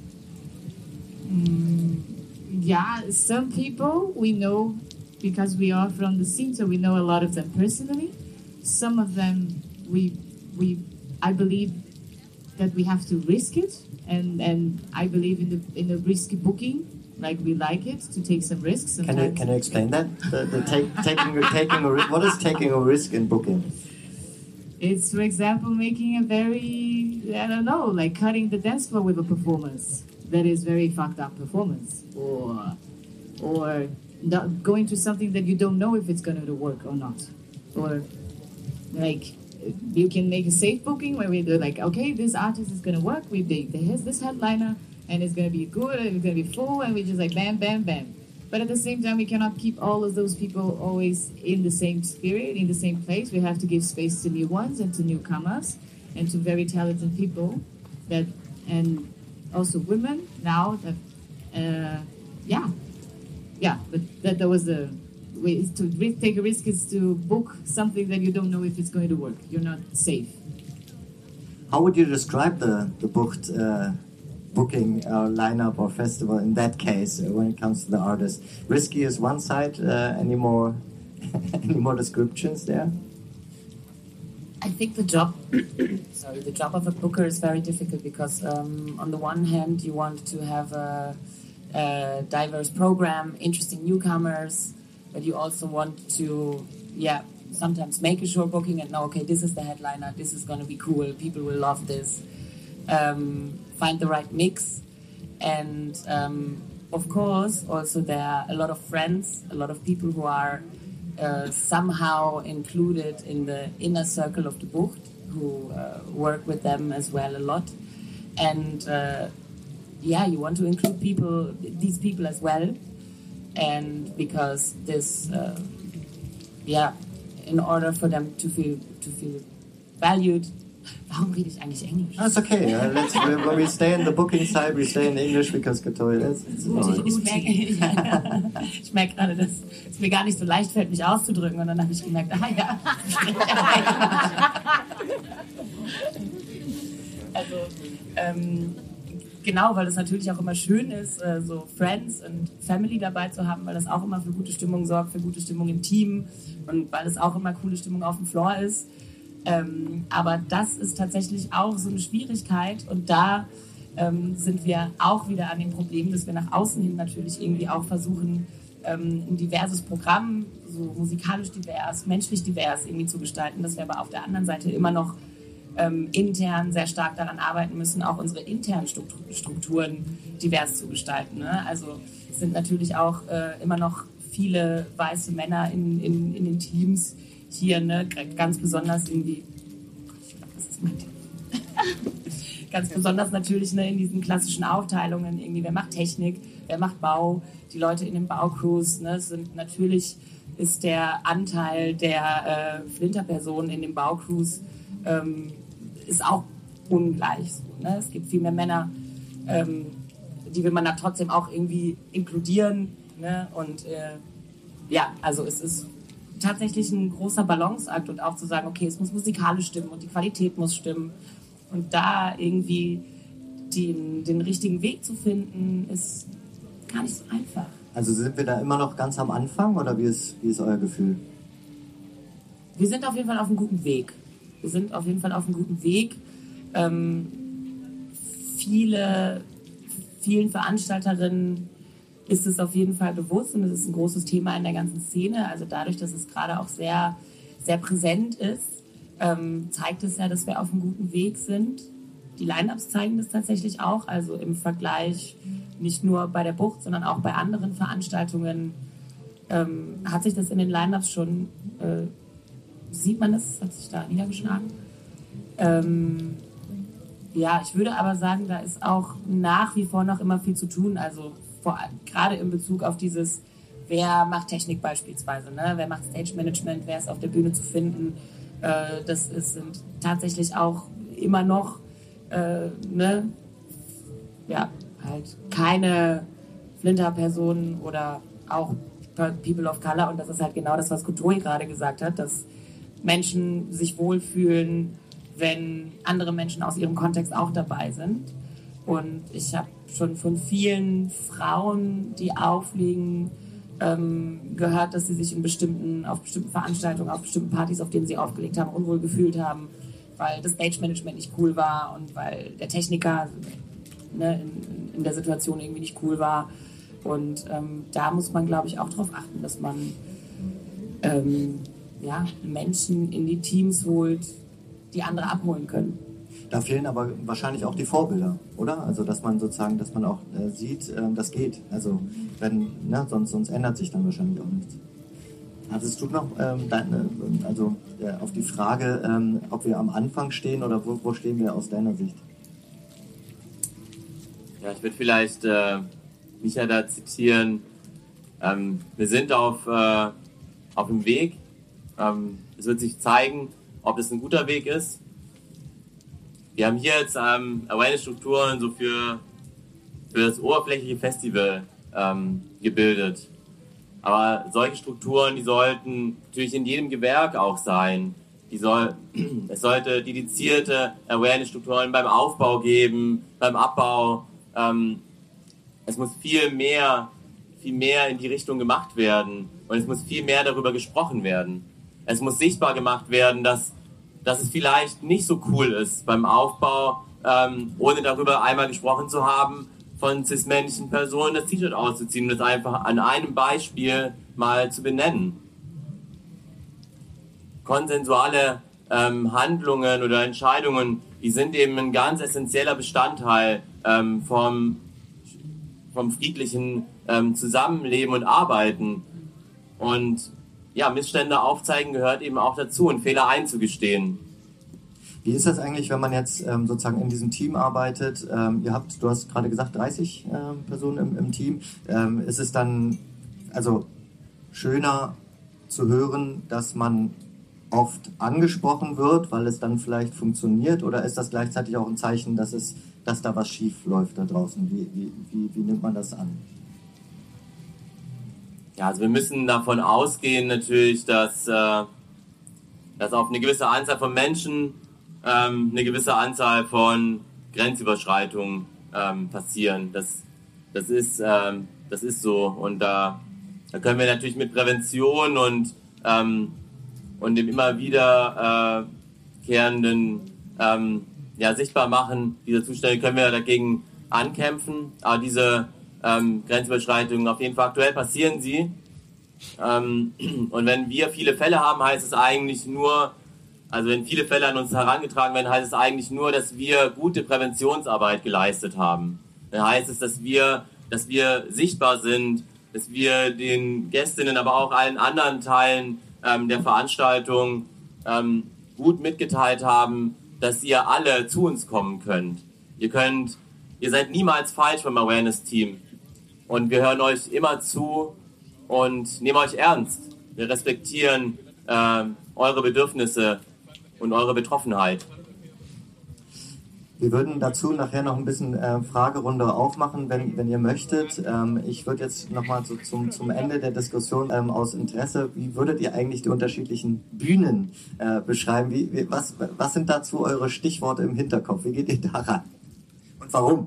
Mm, yeah, some people we know because we are from the scene, so we know a lot of them personally. Some of them we we I believe that we have to risk it, and, and I believe in the in the risky booking. Like we like it to take some risks. Can you can you explain that? The, the take, taking taking a what is taking a risk in booking? It's, for example, making a very I don't know, like cutting the dance floor with a performance that is very fucked up performance, or or not going to something that you don't know if it's going to work or not, or like you can make a safe booking where we do like, okay, this artist is going to work. We they, they has this headliner. And it's going to be good, and it's going to be full, and we just like bam, bam, bam. But at the same time, we cannot keep all of those people always in the same spirit, in the same place. We have to give space to new ones and to newcomers and to very talented people that, and also women now that, uh, yeah, yeah, but that, that was the way is to take a risk is to book something that you don't know if it's going to work. You're not safe. How would you describe the, the booked, uh, booking uh, lineup or festival in that case uh, when it comes to the artists? Risky is one side. Uh, any more any more descriptions there? I think the job sorry the job of a booker is very difficult because um, on the one hand you want to have a, a diverse program, interesting newcomers, but you also want to yeah sometimes make a sure booking and know, okay, this is the headliner, this is going to be cool, people will love this. Um, find the right mix, and um, of course also there are a lot of friends, a lot of people who are uh, somehow included in the inner circle of the Bucht, who uh, work with them as well a lot, and uh, yeah, you want to include people, these people as well, and because this uh, yeah, in order for them to feel to feel valued. Warum rede ich eigentlich Englisch? That's okay. Uh, let's, when we stay in the booking side, we stay in English because Victoria is. It's ich merke, ja, ich merke gerade, dass es mir gar nicht so leicht fällt, mich auszudrücken. Und dann habe ich gemerkt, ah ja. Also, ähm, genau, weil es natürlich auch immer schön ist, äh, so Friends und Family dabei zu haben, weil das auch immer für gute Stimmung sorgt, für gute Stimmung im Team und weil es auch immer coole Stimmung auf dem Floor ist. Ähm, aber das ist tatsächlich auch so eine Schwierigkeit und da ähm, sind wir auch wieder an dem Problem, dass wir nach außen hin natürlich irgendwie auch versuchen, ähm, ein diverses Programm, so musikalisch divers, menschlich divers irgendwie zu gestalten, dass wir aber auf der anderen Seite immer noch ähm, intern sehr stark daran arbeiten müssen, auch unsere internen Strukturen divers zu gestalten. Ne? Also es sind natürlich auch äh, immer noch viele weiße Männer in, in, in den Teams, hier, ne, ganz besonders irgendwie, ich glaube, das ist mein Tipp. Ganz besonders natürlich ne, in diesen klassischen Aufteilungen, irgendwie, wer macht Technik, wer macht Bau, die Leute in den Baukrews, ne, sind natürlich ist der Anteil der äh, Flinterpersonen in den Baukrews ähm, ist auch ungleich. So, ne? Es gibt viel mehr Männer, ähm, die will man da trotzdem auch irgendwie inkludieren, ne? Und äh, ja, also es ist tatsächlich ein großer Balanceakt und auch zu sagen, okay, es muss musikalisch stimmen und die Qualität muss stimmen und da irgendwie den, den richtigen Weg zu finden, ist gar nicht so einfach. Also sind wir da immer noch ganz am Anfang oder wie ist, wie ist euer Gefühl? Wir sind auf jeden Fall auf einem guten Weg. Wir sind auf jeden Fall auf einem guten Weg. Ähm, viele, vielen Veranstalterinnen ist es auf jeden Fall bewusst und es ist ein großes Thema in der ganzen Szene. Also dadurch, dass es gerade auch sehr, sehr präsent ist, ähm, zeigt es ja, dass wir auf einem guten Weg sind. Die Line-Ups zeigen das tatsächlich auch, also im Vergleich nicht nur bei der Bucht, sondern auch bei anderen Veranstaltungen ähm, hat sich das in den Line-Ups schon, äh, sieht man das, hat sich da niedergeschlagen. Ähm, ja, ich würde aber sagen, da ist auch nach wie vor noch immer viel zu tun, also vor, gerade in Bezug auf dieses, wer macht Technik beispielsweise, ne? Wer macht Stage Management, wer ist auf der Bühne zu finden, äh, das ist, sind tatsächlich auch immer noch äh, ne? Ja, halt keine Flinter-Personen oder auch People of Color. Und das ist halt genau das, was Kutoi gerade gesagt hat, dass Menschen sich wohlfühlen, wenn andere Menschen aus ihrem Kontext auch dabei sind. Und ich habe schon von vielen Frauen, die auflegen, ähm, gehört, dass sie sich in bestimmten, auf bestimmten Veranstaltungen, auf bestimmten Partys, auf denen sie aufgelegt haben, unwohl gefühlt haben, weil das Stage-Management nicht cool war und weil der Techniker ne, in, in der Situation irgendwie nicht cool war. Und ähm, da muss man, glaube ich, auch darauf achten, dass man ähm, ja, Menschen in die Teams holt, die andere abholen können. Da fehlen aber wahrscheinlich auch die Vorbilder, oder? Also dass man sozusagen, dass man auch äh, sieht, äh, das geht. Also wenn, ne, sonst, sonst ändert sich dann wahrscheinlich auch nichts. Hattest du noch ähm, deine, also äh, auf die Frage, ähm, ob wir am Anfang stehen oder wo, wo stehen wir aus deiner Sicht? Ja, ich würde vielleicht äh, Micha da zitieren. Ähm, wir sind auf, äh, auf dem Weg. Ähm, es wird sich zeigen, ob das ein guter Weg ist. Wir haben hier jetzt ähm, Awareness-Strukturen so für, für das oberflächliche Festival ähm, gebildet. Aber solche Strukturen, die sollten natürlich in jedem Gewerk auch sein. Die soll, es sollte dedizierte Awareness-Strukturen beim Aufbau geben, beim Abbau. Ähm, es muss viel mehr, viel mehr in die Richtung gemacht werden. Und es muss viel mehr darüber gesprochen werden. Es muss sichtbar gemacht werden, dass dass es vielleicht nicht so cool ist beim Aufbau, ähm, ohne darüber einmal gesprochen zu haben, von cis-männlichen Personen das T-Shirt auszuziehen und das einfach an einem Beispiel mal zu benennen. Konsensuale ähm, Handlungen oder Entscheidungen, die sind eben ein ganz essentieller Bestandteil ähm, vom, vom friedlichen ähm, Zusammenleben und Arbeiten. Und ja, Missstände aufzeigen gehört eben auch dazu und Fehler einzugestehen. Wie ist das eigentlich, wenn man jetzt ähm, sozusagen in diesem Team arbeitet? Ähm, ihr habt, du hast gerade gesagt, dreißig ähm, Personen im, im Team. Ähm, ist es dann also schöner zu hören, dass man oft angesprochen wird, weil es dann vielleicht funktioniert? Oder ist das gleichzeitig auch ein Zeichen, dass, es, dass da was schief läuft da draußen? Wie, wie, wie, wie nimmt man das an? Ja, also wir müssen davon ausgehen natürlich, dass, äh, dass auf eine gewisse Anzahl von Menschen ähm, eine gewisse Anzahl von Grenzüberschreitungen ähm, passieren. Das, das, ist, ähm, das ist so. Und da, da können wir natürlich mit Prävention und, ähm, und dem immer wieder äh, kehrenden ähm, ja, sichtbar machen, diese Zustände können wir dagegen ankämpfen. Aber diese Ähm, Grenzüberschreitungen, auf jeden Fall aktuell passieren sie. Ähm, und wenn wir viele Fälle haben, heißt es eigentlich nur, also wenn viele Fälle an uns herangetragen werden, heißt es eigentlich nur, dass wir gute Präventionsarbeit geleistet haben. Dann heißt es, dass wir, dass wir sichtbar sind, dass wir den Gästinnen, aber auch allen anderen Teilen ähm, der Veranstaltung ähm, gut mitgeteilt haben, dass ihr alle zu uns kommen könnt. Ihr könnt, ihr seid niemals falsch beim Awareness-Team. Und wir hören euch immer zu und nehmen euch ernst. Wir respektieren äh, eure Bedürfnisse und eure Betroffenheit. Wir würden dazu nachher noch ein bisschen äh, Fragerunde aufmachen, wenn, wenn ihr möchtet. Ähm, ich würde jetzt nochmal so zum, zum Ende der Diskussion ähm, aus Interesse, wie würdet ihr eigentlich die unterschiedlichen Bühnen äh, beschreiben? Wie, wie, was, was sind dazu eure Stichworte im Hinterkopf? Wie geht ihr daran? Und warum?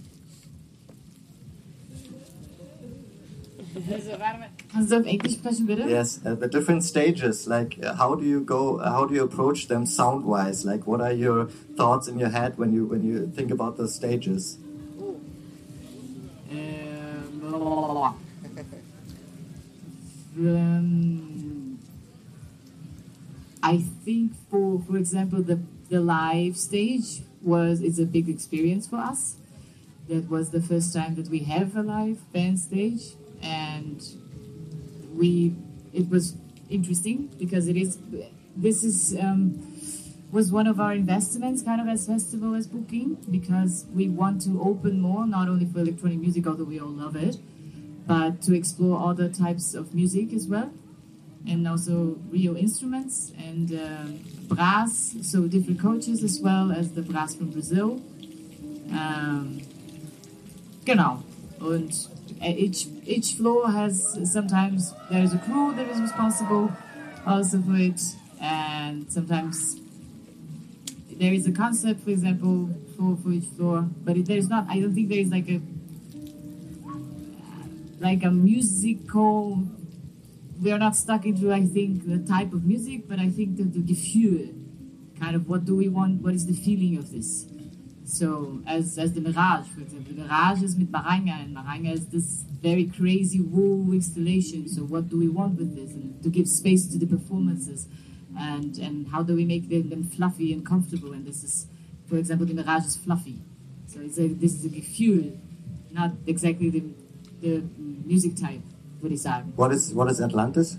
Kannst du auf Englisch sprechen, bitte? Yes, uh, the different stages, like uh, how do you go, uh, how do you approach them sound-wise? Like what are your thoughts in your head when you when you think about the stages? um, I think for for example the the live stage was is a big experience for us. That was the first time that we have a live band stage. And we, it was interesting because it is, this is, um, was one of our investments kind of as festival as booking, because we want to open more, not only for electronic music, although we all love it, but to explore other types of music as well. And also real instruments and um, brass, so different coaches as well as the brass from Brazil. Um, genau. and each each floor has sometimes there is a crew that is responsible also for it, and sometimes there is a concept, for example, for, for each floor, but it, there is not. I don't think there is like a like a musical. We are not stuck into, I think, the type of music, but I think the, the, the fuel, kind of what do we want, what is the feeling of this? So, as, as the Mirage, for example, the Mirage is with Maranga, and Maranga is this very crazy woo installation. So, what do we want with this? And to give space to the performances, and, and how do we make them, them fluffy and comfortable? And this is, for example, the Mirage is fluffy. So, it's a, this is a fuel, not exactly the, the music type. What is what is Atlantis?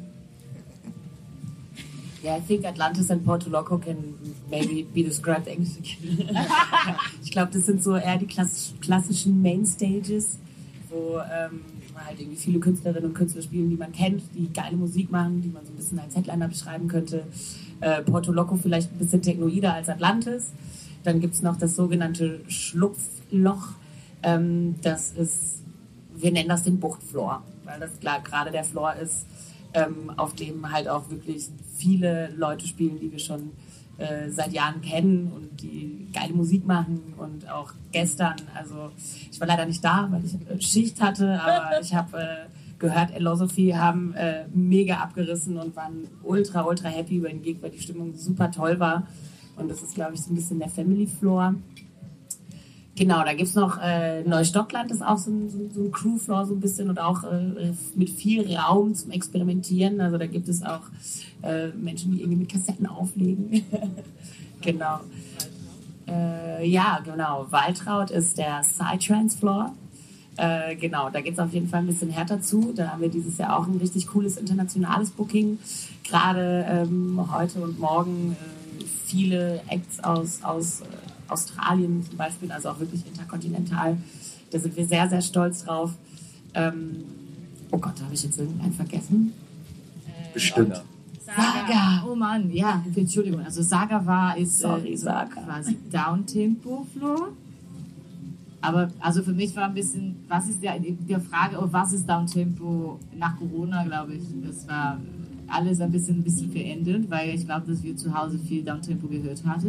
Yeah, I think Atlantis and Porto Loco can maybe be described English again. Ich glaube, das sind so eher die klassisch, klassischen Mainstages, wo ähm, halt irgendwie viele Künstlerinnen und Künstler spielen, die man kennt, die geile Musik machen, die man so ein bisschen als Headliner beschreiben könnte. Äh, Porto Loco vielleicht ein bisschen technoider als Atlantis. Dann gibt es noch das sogenannte Schlupfloch. Ähm, das ist, wir nennen das den Buchtfloor, weil das klar gerade der Floor ist, ähm, auf dem halt auch wirklich viele Leute spielen, die wir schon äh, seit Jahren kennen und die geile Musik machen und auch gestern, also ich war leider nicht da, weil ich äh, Schicht hatte, aber ich habe äh, gehört, Elosophy haben äh, mega abgerissen und waren ultra, ultra happy über den Gig, weil die Stimmung super toll war und das ist, glaube ich, so ein bisschen der Family Floor. Genau, da gibt's noch äh, Neustockland, ist auch so ein, so, so ein Crew-Floor so ein bisschen und auch äh, mit viel Raum zum Experimentieren. Also da gibt es auch äh, Menschen, die irgendwie mit Kassetten auflegen. Genau. Äh, ja, genau. Waltraud ist der Psytrance-Floor. Äh, genau, da geht's auf jeden Fall ein bisschen härter zu. Da haben wir dieses Jahr auch ein richtig cooles internationales Booking. Gerade ähm, heute und morgen äh, viele Acts aus... aus äh, Australien zum Beispiel, also auch wirklich interkontinental. Da sind wir sehr, sehr stolz drauf. Ähm, oh Gott, da habe ich jetzt irgendeinen vergessen. Bestimmt. Saga. Oh Mann, ja, Entschuldigung. Also Saga war, ist Sorry, äh, Saga. quasi Downtempo-Floor. Aber also für mich war ein bisschen, was ist der, der Frage, oh, was ist Downtempo nach Corona, glaube ich. Das war alles ein bisschen, ein bisschen verändert, weil ich glaube, dass wir zu Hause viel Downtempo gehört hatten.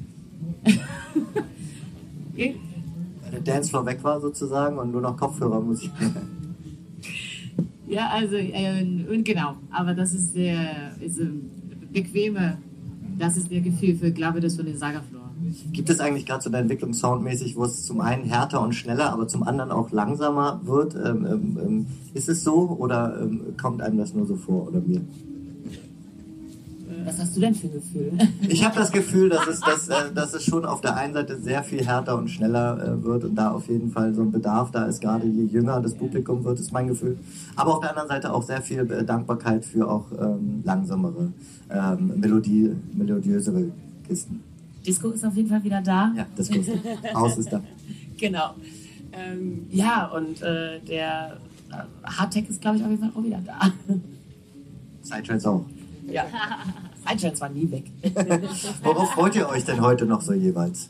Okay. Weil der Dancefloor weg war sozusagen und nur noch Kopfhörermusik. Ja, also äh, und genau, aber das ist der ist, äh, bequeme, das ist der Gefühl für, glaube ich, das von den Saga-Floor. Gibt es eigentlich gerade so eine Entwicklung soundmäßig, wo es zum einen härter und schneller, aber zum anderen auch langsamer wird? Ähm, ähm, ist es so oder ähm, kommt einem das nur so vor oder mir? Was hast du denn für ein Gefühl? Ich habe das Gefühl, dass es, dass, äh, dass es schon auf der einen Seite sehr viel härter und schneller äh, wird und da auf jeden Fall so ein Bedarf da ist, gerade je jünger das Publikum wird, ist mein Gefühl. Aber auf der anderen Seite auch sehr viel äh, Dankbarkeit für auch ähm, langsamere, ähm, Melodie, melodiösere Kisten. Disco ist auf jeden Fall wieder da. Ja, Disco ist da. Haus ist da. Genau. Ähm, ja, und äh, der äh, Hardtech ist, glaube ich, auf jeden Fall auch wieder da. Psytrance auch. Ja. Psytrance war nie weg. Worauf freut ihr euch denn heute noch so jeweils?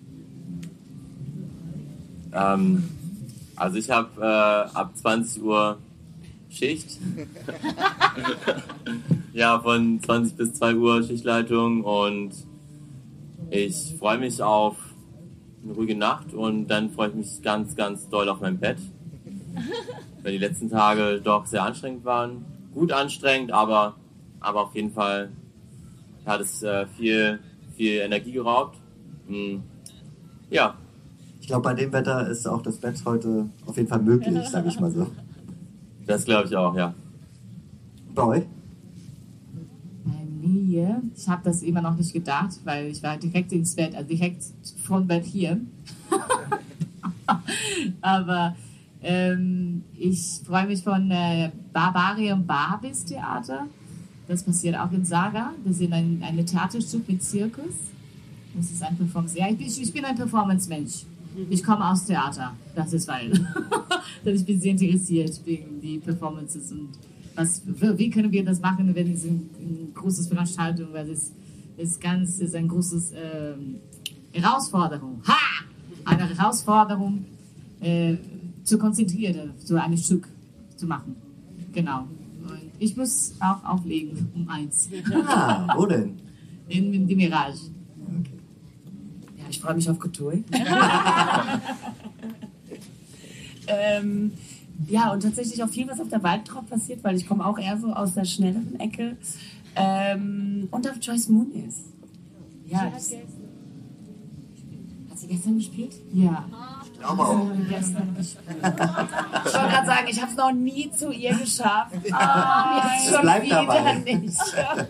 Ähm, also ich habe äh, ab zwanzig Uhr Schicht. Ja, von zwanzig bis zwei Uhr Schichtleitung und ich freue mich auf eine ruhige Nacht und dann freue ich mich ganz, ganz doll auf mein Bett. Weil die letzten Tage doch sehr anstrengend waren. Gut anstrengend, aber, aber auf jeden Fall hat es äh, viel, viel Energie geraubt. Mhm. Ja. Ich glaube, bei dem Wetter ist auch das Bett heute auf jeden Fall möglich, sage ich mal so. Das glaube ich auch, ja. Bei euch? Bei mir, ich habe das immer noch nicht gedacht, weil ich war direkt ins Bett, also direkt vom Bett hier. Aber ähm, ich freue mich von äh, Barbarian Barbis Theater. Das passiert auch in Saga. Das ist ein, ein Theaterstück mit Zirkus. Das ist ein Performance. Ja, ich bin, ich bin ein Performance-Mensch. Ich komme aus Theater. Das ist weil. Ich bin sehr interessiert wegen die Performances und was, wie können wir das machen, wenn es eine ein große Veranstaltung, weil es ist ganz, ist ein großes ähm, Herausforderung. Ha! Eine Herausforderung äh, zu konzentrieren, so ein Stück zu machen. Genau. Und ich muss auch auflegen um eins. Ah, wo denn? In, in die Mirage. Okay. Ja, ich freue mich auf Couture. ähm, ja, und tatsächlich auch viel, was auf der Waldtraut passiert, weil ich komme auch eher so aus der schnelleren Ecke. Ähm, und auf Joyce Moon ist. Ja, hat, das, hat sie gestern gespielt? Ja. Ich glaube auch. Gestern gespielt. Ich wollte gerade sagen, ich habe es noch nie zu ihr geschafft. Ah, jetzt schon Bleib wieder dabei. nicht.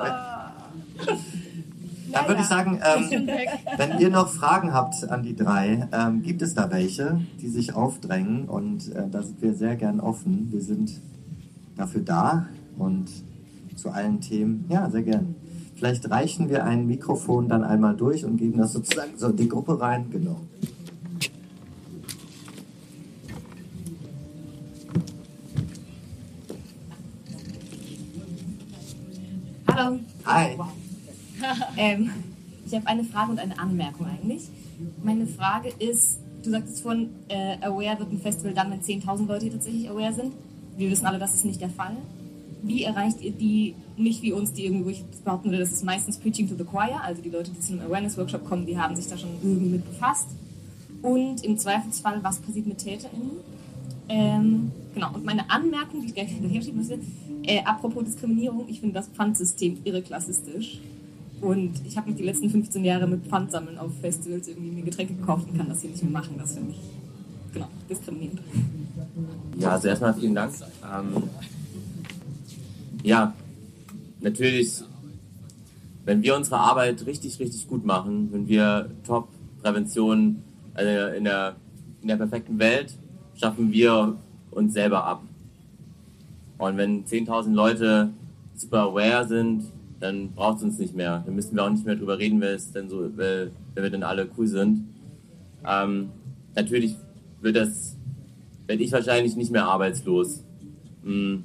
Dann würde ich sagen, ähm, wenn ihr noch Fragen habt an die drei, ähm, gibt es da welche, die sich aufdrängen, und äh, da sind wir sehr gern offen. Wir sind dafür da und zu allen Themen, ja, sehr gern. Vielleicht reichen wir ein Mikrofon dann einmal durch und geben das sozusagen so in die Gruppe rein. Genau. Hallo. Hi. Ähm, ich habe eine Frage und eine Anmerkung eigentlich. Meine Frage ist, du sagtest vorhin, äh, Aware wird ein Festival dann, wenn zehntausend Leute tatsächlich Aware sind. Wir wissen alle, das ist nicht der Fall. Wie erreicht ihr die, nicht wie uns, die irgendwie, ich behaupten würde, das ist meistens Preaching to the Choir, also die Leute, die zu einem Awareness-Workshop kommen, die haben sich da schon irgendwie mit befasst. Und im Zweifelsfall, was passiert mit TäterInnen? Ähm, genau, und meine Anmerkung, die ich gleich hinterher schieben müsste, äh, apropos Diskriminierung, ich finde das Pfandsystem irre klassistisch. Und ich habe mich die letzten fünfzehn Jahre mit Pfandsammeln auf Festivals irgendwie mir Getränke gekauft und kann das hier nicht mehr machen. Das finde ich, genau, diskriminierend. Ja, also erstmal vielen Dank. Ähm, ja, natürlich, wenn wir unsere Arbeit richtig, richtig gut machen, wenn wir Top-Prävention also in, der, in der perfekten Welt, schaffen wir uns selber ab. Und wenn zehntausend Leute super aware sind, dann braucht es uns nicht mehr. Dann müssen wir auch nicht mehr drüber reden, wenn, es denn so, wenn wir dann alle cool sind. Ähm, natürlich wird das, werde ich wahrscheinlich nicht mehr arbeitslos. Hm.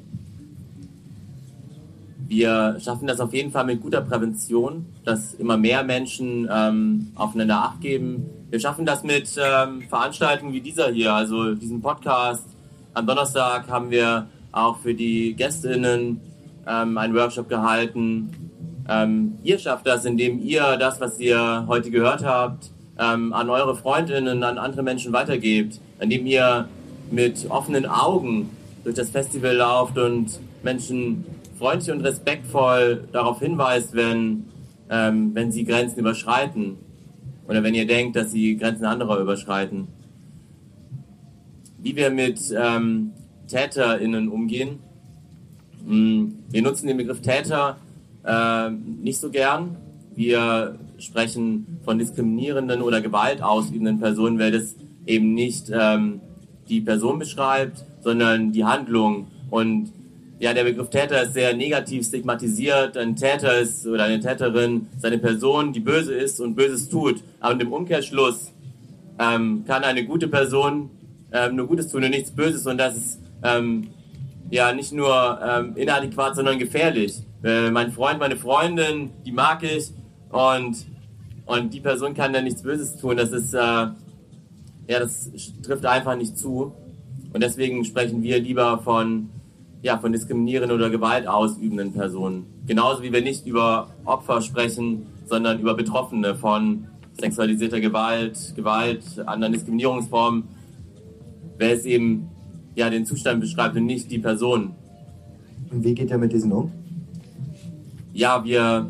Wir schaffen das auf jeden Fall mit guter Prävention, dass immer mehr Menschen ähm, aufeinander Acht geben. Wir schaffen das mit ähm, Veranstaltungen wie dieser hier, also diesen Podcast. Am Donnerstag haben wir auch für die GästInnen ähm, einen Workshop gehalten. Ähm, ihr schafft das, indem ihr das, was ihr heute gehört habt, ähm, an eure Freundinnen, an andere Menschen weitergebt, indem ihr mit offenen Augen durch das Festival lauft und Menschen freundlich und respektvoll darauf hinweist, wenn, ähm, wenn sie Grenzen überschreiten oder wenn ihr denkt, dass sie Grenzen anderer überschreiten. Wie wir mit ähm, TäterInnen umgehen. Wir nutzen den Begriff Täter äh, nicht so gern. Wir sprechen von diskriminierenden oder Gewalt ausübenden Personen, weil das eben nicht ähm, die Person beschreibt, sondern die Handlung. Und ja, der Begriff Täter ist sehr negativ stigmatisiert. Ein Täter ist oder eine Täterin ist eine Person, die böse ist und Böses tut. Aber im Umkehrschluss ähm, kann eine gute Person ähm, nur Gutes tun und nichts Böses, und das ist ähm, ja nicht nur ähm, inadäquat, sondern gefährlich. Äh, mein Freund, meine Freundin, die mag ich, und und die Person kann dann nichts Böses tun. Das ist äh, ja, das trifft einfach nicht zu, und deswegen sprechen wir lieber von ja von diskriminierenden oder Gewalt ausübenden Personen. Genauso wie wir nicht über Opfer sprechen, sondern über Betroffene von sexualisierter Gewalt, Gewalt, anderen Diskriminierungsformen, weil es eben ja den Zustand beschreibt und nicht die Person. Und wie geht ihr mit diesen um? Ja, wir,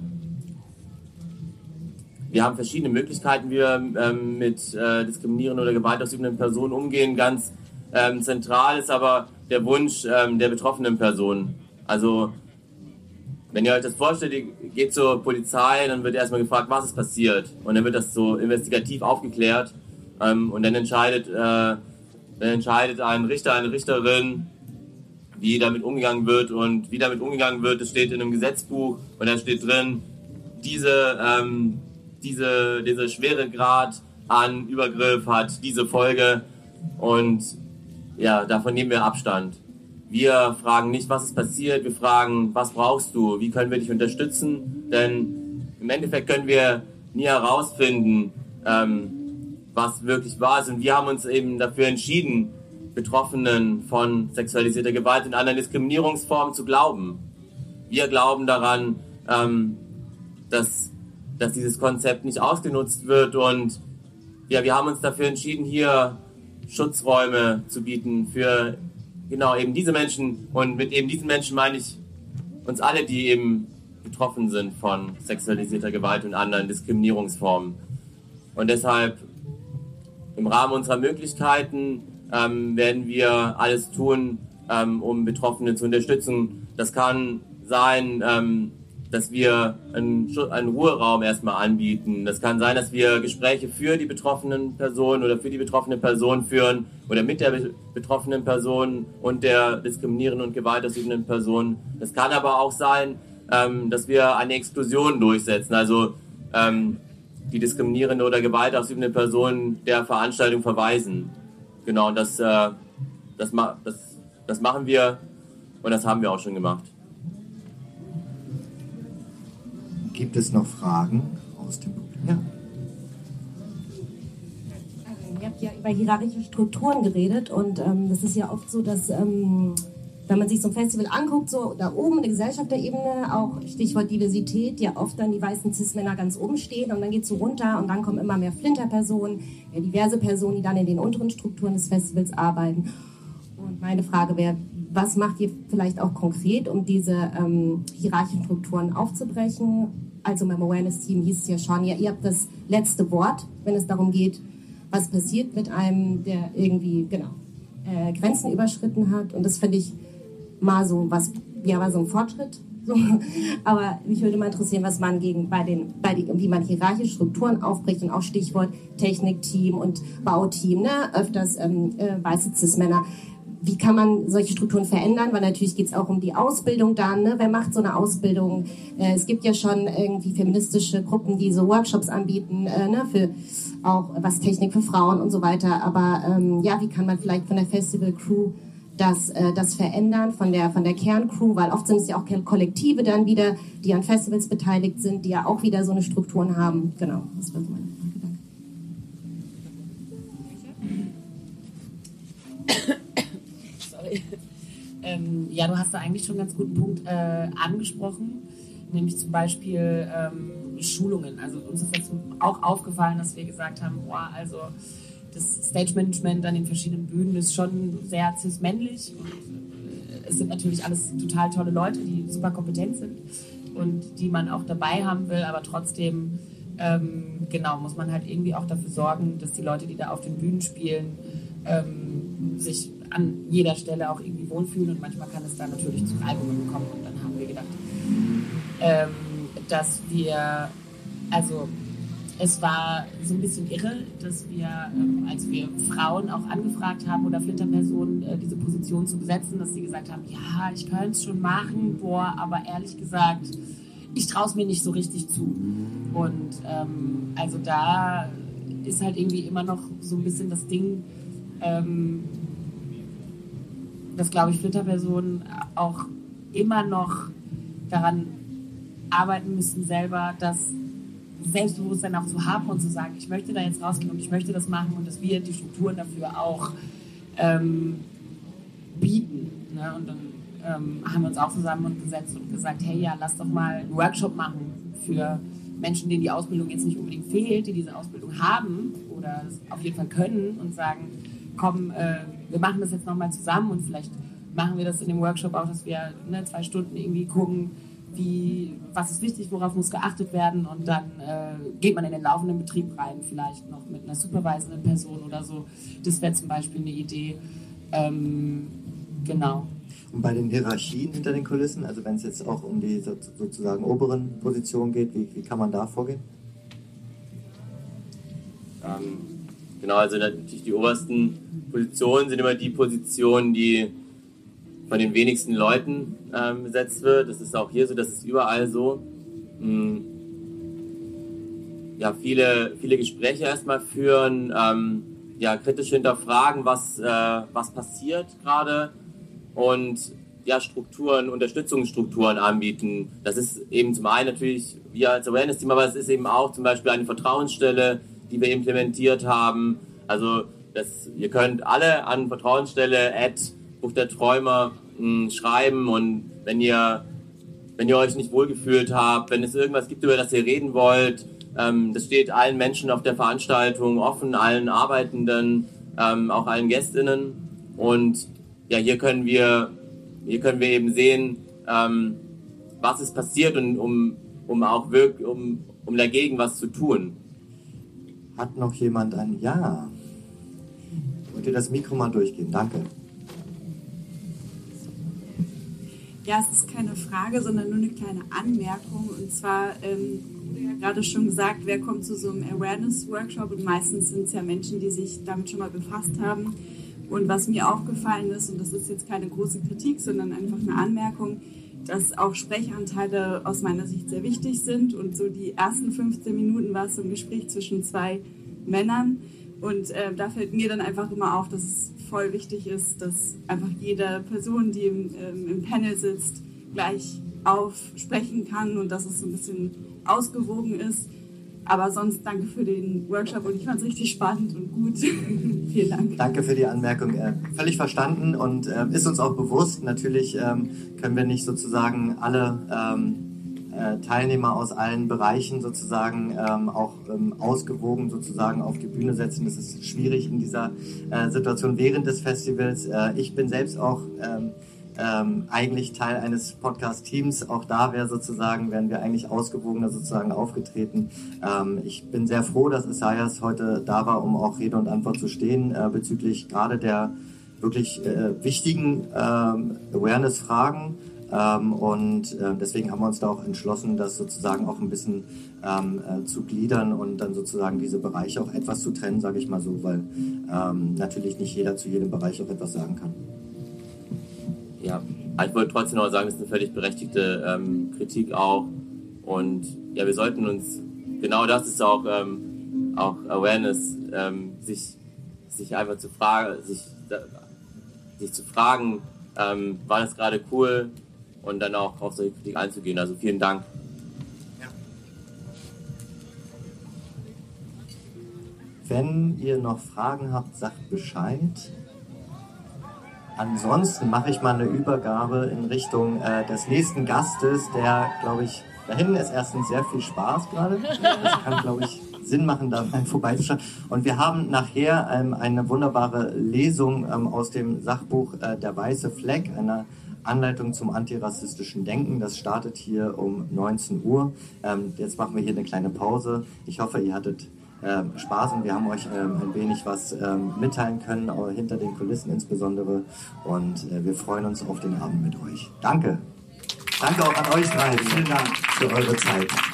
wir haben verschiedene Möglichkeiten, wie wir ähm, mit äh, diskriminierenden oder gewaltausübenden Personen umgehen. Ganz ähm, zentral ist aber der Wunsch ähm, der betroffenen Person. Also, wenn ihr euch das vorstellt, ihr geht zur Polizei, dann wird erstmal gefragt, was ist passiert. Und dann wird das so investigativ aufgeklärt. Ähm, und dann entscheidet, äh, dann entscheidet ein Richter, eine Richterin, wie damit umgegangen wird. Und wie damit umgegangen wird, das steht in einem Gesetzbuch. Und da steht drin, diese, ähm, diese, dieser schwere Grad an Übergriff hat diese Folge. Und ja, davon nehmen wir Abstand. Wir fragen nicht, was ist passiert, wir fragen, was brauchst du, wie können wir dich unterstützen, denn im Endeffekt können wir nie herausfinden, ähm, was wirklich wahr ist, und wir haben uns eben dafür entschieden, Betroffenen von sexualisierter Gewalt und anderen Diskriminierungsformen zu glauben. Wir glauben daran, ähm, dass, dass dieses Konzept nicht ausgenutzt wird und ja, wir haben uns dafür entschieden, hier Schutzräume zu bieten für genau eben diese Menschen und mit eben diesen Menschen meine ich uns alle, die eben betroffen sind von sexualisierter Gewalt und anderen Diskriminierungsformen. Und deshalb im Rahmen unserer Möglichkeiten ähm, werden wir alles tun, ähm, um Betroffene zu unterstützen. Das kann sein, ähm, dass wir einen, einen Ruheraum erstmal anbieten. Das kann sein, dass wir Gespräche für die betroffenen Personen oder für die betroffene Person führen oder mit der be- betroffenen Person und der diskriminierenden und gewaltausübenden Person. Das kann aber auch sein, ähm, dass wir eine Exklusion durchsetzen, also ähm, die diskriminierende oder gewaltausübende Person der Veranstaltung verweisen. Genau, und das, äh, das, ma- das, das machen wir und das haben wir auch schon gemacht. Gibt es noch Fragen aus dem Publikum? Ja. Ihr habt ja über hierarchische Strukturen geredet und ähm, das ist ja oft so, dass ähm, wenn man sich so ein Festival anguckt, so da oben in der Gesellschafterebene, auch Stichwort Diversität, ja oft dann die weißen Cis-Männer ganz oben stehen und dann geht es so runter und dann kommen immer mehr Flinterpersonen, ja, diverse Personen, die dann in den unteren Strukturen des Festivals arbeiten. Und meine Frage wäre, was macht ihr vielleicht auch konkret, um diese ähm, hierarchischen Strukturen aufzubrechen? Also beim Awareness-Team hieß es ja schon, ja, ihr habt das letzte Wort, wenn es darum geht, was passiert mit einem, der irgendwie genau äh, Grenzen überschritten hat. Und das finde ich mal so was, ja, war so ein Fortschritt. So. Aber mich würde mal interessieren, was man gegen bei den, bei die, wie man hierarchische Strukturen aufbricht und auch Stichwort Technikteam und Bauteam, ne, öfters ähm, äh, weiße Cis-Männer. Wie kann man solche Strukturen verändern? Weil natürlich geht es auch um die Ausbildung dann. Ne? Wer macht so eine Ausbildung? Äh, es gibt ja schon irgendwie feministische Gruppen, die so Workshops anbieten, äh, ne? Für auch was Technik für Frauen und so weiter. Aber ähm, ja, wie kann man vielleicht von der Festival-Crew das, äh, das verändern, von der, von der Kerncrew? Weil oft sind es ja auch Kollektive dann wieder, die an Festivals beteiligt sind, die ja auch wieder so eine Strukturen haben. Genau, das war so meine Frage. Ähm, ja, du hast da eigentlich schon einen ganz guten Punkt äh, angesprochen, nämlich zum Beispiel ähm, Schulungen. Also uns ist jetzt auch aufgefallen, dass wir gesagt haben, boah, also das Stage-Management an den verschiedenen Bühnen ist schon sehr cis-männlich und äh, es sind natürlich alles total tolle Leute, die super kompetent sind und die man auch dabei haben will, aber trotzdem ähm, genau, muss man halt irgendwie auch dafür sorgen, dass die Leute, die da auf den Bühnen spielen, ähm, sich an jeder Stelle auch irgendwie wohlfühlen und manchmal kann es da natürlich zu Reibungen kommen und dann haben wir gedacht, ähm, dass wir, also es war so ein bisschen irre, dass wir, ähm, als wir Frauen auch angefragt haben oder Flinterpersonen äh, diese Position zu besetzen, dass sie gesagt haben, ja, ich könnte es schon machen, boah, aber ehrlich gesagt, ich traue es mir nicht so richtig zu. Und ähm, also da ist halt irgendwie immer noch so ein bisschen das Ding, ähm, dass, glaube ich, Flinterpersonen auch immer noch daran arbeiten müssen, selber das Selbstbewusstsein auch zu haben und zu sagen, ich möchte da jetzt rausgehen und ich möchte das machen und dass wir die Strukturen dafür auch ähm, bieten. Ne? Und dann ähm, haben wir uns auch zusammengesetzt und gesagt, hey, ja, lass doch mal einen Workshop machen für Menschen, denen die Ausbildung jetzt nicht unbedingt fehlt, die diese Ausbildung haben oder es auf jeden Fall können und sagen, komm, äh, wir machen das jetzt nochmal zusammen und vielleicht machen wir das in dem Workshop auch, dass wir ne, zwei Stunden irgendwie gucken, wie, was ist wichtig, worauf muss geachtet werden und dann äh, geht man in den laufenden Betrieb rein, vielleicht noch mit einer supervisenden Person oder so. Das wäre zum Beispiel eine Idee. Ähm, genau. Und bei den Hierarchien hinter den Kulissen, also wenn es jetzt auch um die so, sozusagen oberen Positionen geht, wie, wie kann man da vorgehen? Ähm, genau, also natürlich die obersten Positionen sind immer die Positionen, die von den wenigsten Leuten ähm, besetzt wird. Das ist auch hier so, das ist überall so. Hm. Ja, viele, viele Gespräche erstmal führen, ähm, ja, kritisch hinterfragen, was, äh, was passiert gerade und ja, Strukturen, Unterstützungsstrukturen anbieten. Das ist eben zum einen natürlich wir als Awareness-Team, aber es ist eben auch zum Beispiel eine Vertrauensstelle, die wir implementiert haben. Also das, ihr könnt alle an Vertrauensstelle at Buch der Träumer mh, schreiben, und wenn ihr, wenn ihr euch nicht wohlgefühlt habt, wenn es irgendwas gibt, über das ihr reden wollt, ähm, das steht allen Menschen auf der Veranstaltung offen, allen Arbeitenden, ähm, auch allen GästInnen. Und ja, hier können wir, hier können wir eben sehen, ähm, was ist passiert, und um, um auch wirklich, um, um dagegen was zu tun. Hat noch jemand ein Ja? Wollt ihr das Mikro mal durchgehen? Danke. Ja, es ist keine Frage, sondern nur eine kleine Anmerkung. Und zwar, ähm, wurde ja gerade schon gesagt, wer kommt zu so einem Awareness-Workshop? Und meistens sind es ja Menschen, die sich damit schon mal befasst haben. Und was mir aufgefallen ist, und das ist jetzt keine große Kritik, sondern einfach eine Anmerkung, dass auch Sprechanteile aus meiner Sicht sehr wichtig sind. Und so die ersten fünfzehn Minuten war es so ein Gespräch zwischen zwei Männern. Und äh, da fällt mir dann einfach immer auf, dass es voll wichtig ist, dass einfach jede Person, die im, ähm, im Panel sitzt, gleich aufsprechen kann und dass es so ein bisschen ausgewogen ist. Aber sonst danke für den Workshop, und ich fand es richtig spannend und gut. Vielen Dank. Danke für die Anmerkung. Äh, völlig verstanden, und äh, ist uns auch bewusst. Natürlich ähm, können wir nicht sozusagen alle ähm, äh, Teilnehmer aus allen Bereichen sozusagen ähm, auch ähm, ausgewogen sozusagen auf die Bühne setzen. Das ist schwierig in dieser äh, Situation während des Festivals. Äh, ich bin selbst auch ähm, Ähm, eigentlich Teil eines Podcast-Teams. Auch da wäre sozusagen, wären wir eigentlich ausgewogener sozusagen aufgetreten. Ähm, ich bin sehr froh, dass Esaias heute da war, um auch Rede und Antwort zu stehen, äh, bezüglich gerade der wirklich äh, wichtigen ähm, Awareness-Fragen. Ähm, und äh, deswegen haben wir uns da auch entschlossen, das sozusagen auch ein bisschen ähm, äh, zu gliedern und dann sozusagen diese Bereiche auch etwas zu trennen, sage ich mal so, weil ähm, natürlich nicht jeder zu jedem Bereich auch etwas sagen kann. Ja, ich wollte trotzdem noch sagen, das ist eine völlig berechtigte ähm, Kritik auch. Und ja, wir sollten uns, genau das ist auch, ähm, auch Awareness, ähm, sich, sich einfach zu fragen, sich, sich zu fragen, ähm, war das gerade cool, und dann auch auf solche Kritik einzugehen. Also vielen Dank. Ja. Wenn ihr noch Fragen habt, sagt Bescheid. Ansonsten mache ich mal eine Übergabe in Richtung äh, des nächsten Gastes, der, glaube ich, da hinten ist erstens sehr viel Spaß gerade. Das kann, glaube ich, Sinn machen, da rein vorbeizuschauen. Und wir haben nachher ähm, eine wunderbare Lesung ähm, aus dem Sachbuch äh, Der weiße Fleck, einer Anleitung zum antirassistischen Denken. Das startet hier um neunzehn Uhr. Ähm, jetzt machen wir hier eine kleine Pause. Ich hoffe, ihr hattet Ähm, Spaß, und wir haben euch ähm, ein wenig was ähm, mitteilen können, auch hinter den Kulissen insbesondere, und äh, wir freuen uns auf den Abend mit euch. Danke. Danke auch an euch drei. Vielen Dank für eure Zeit.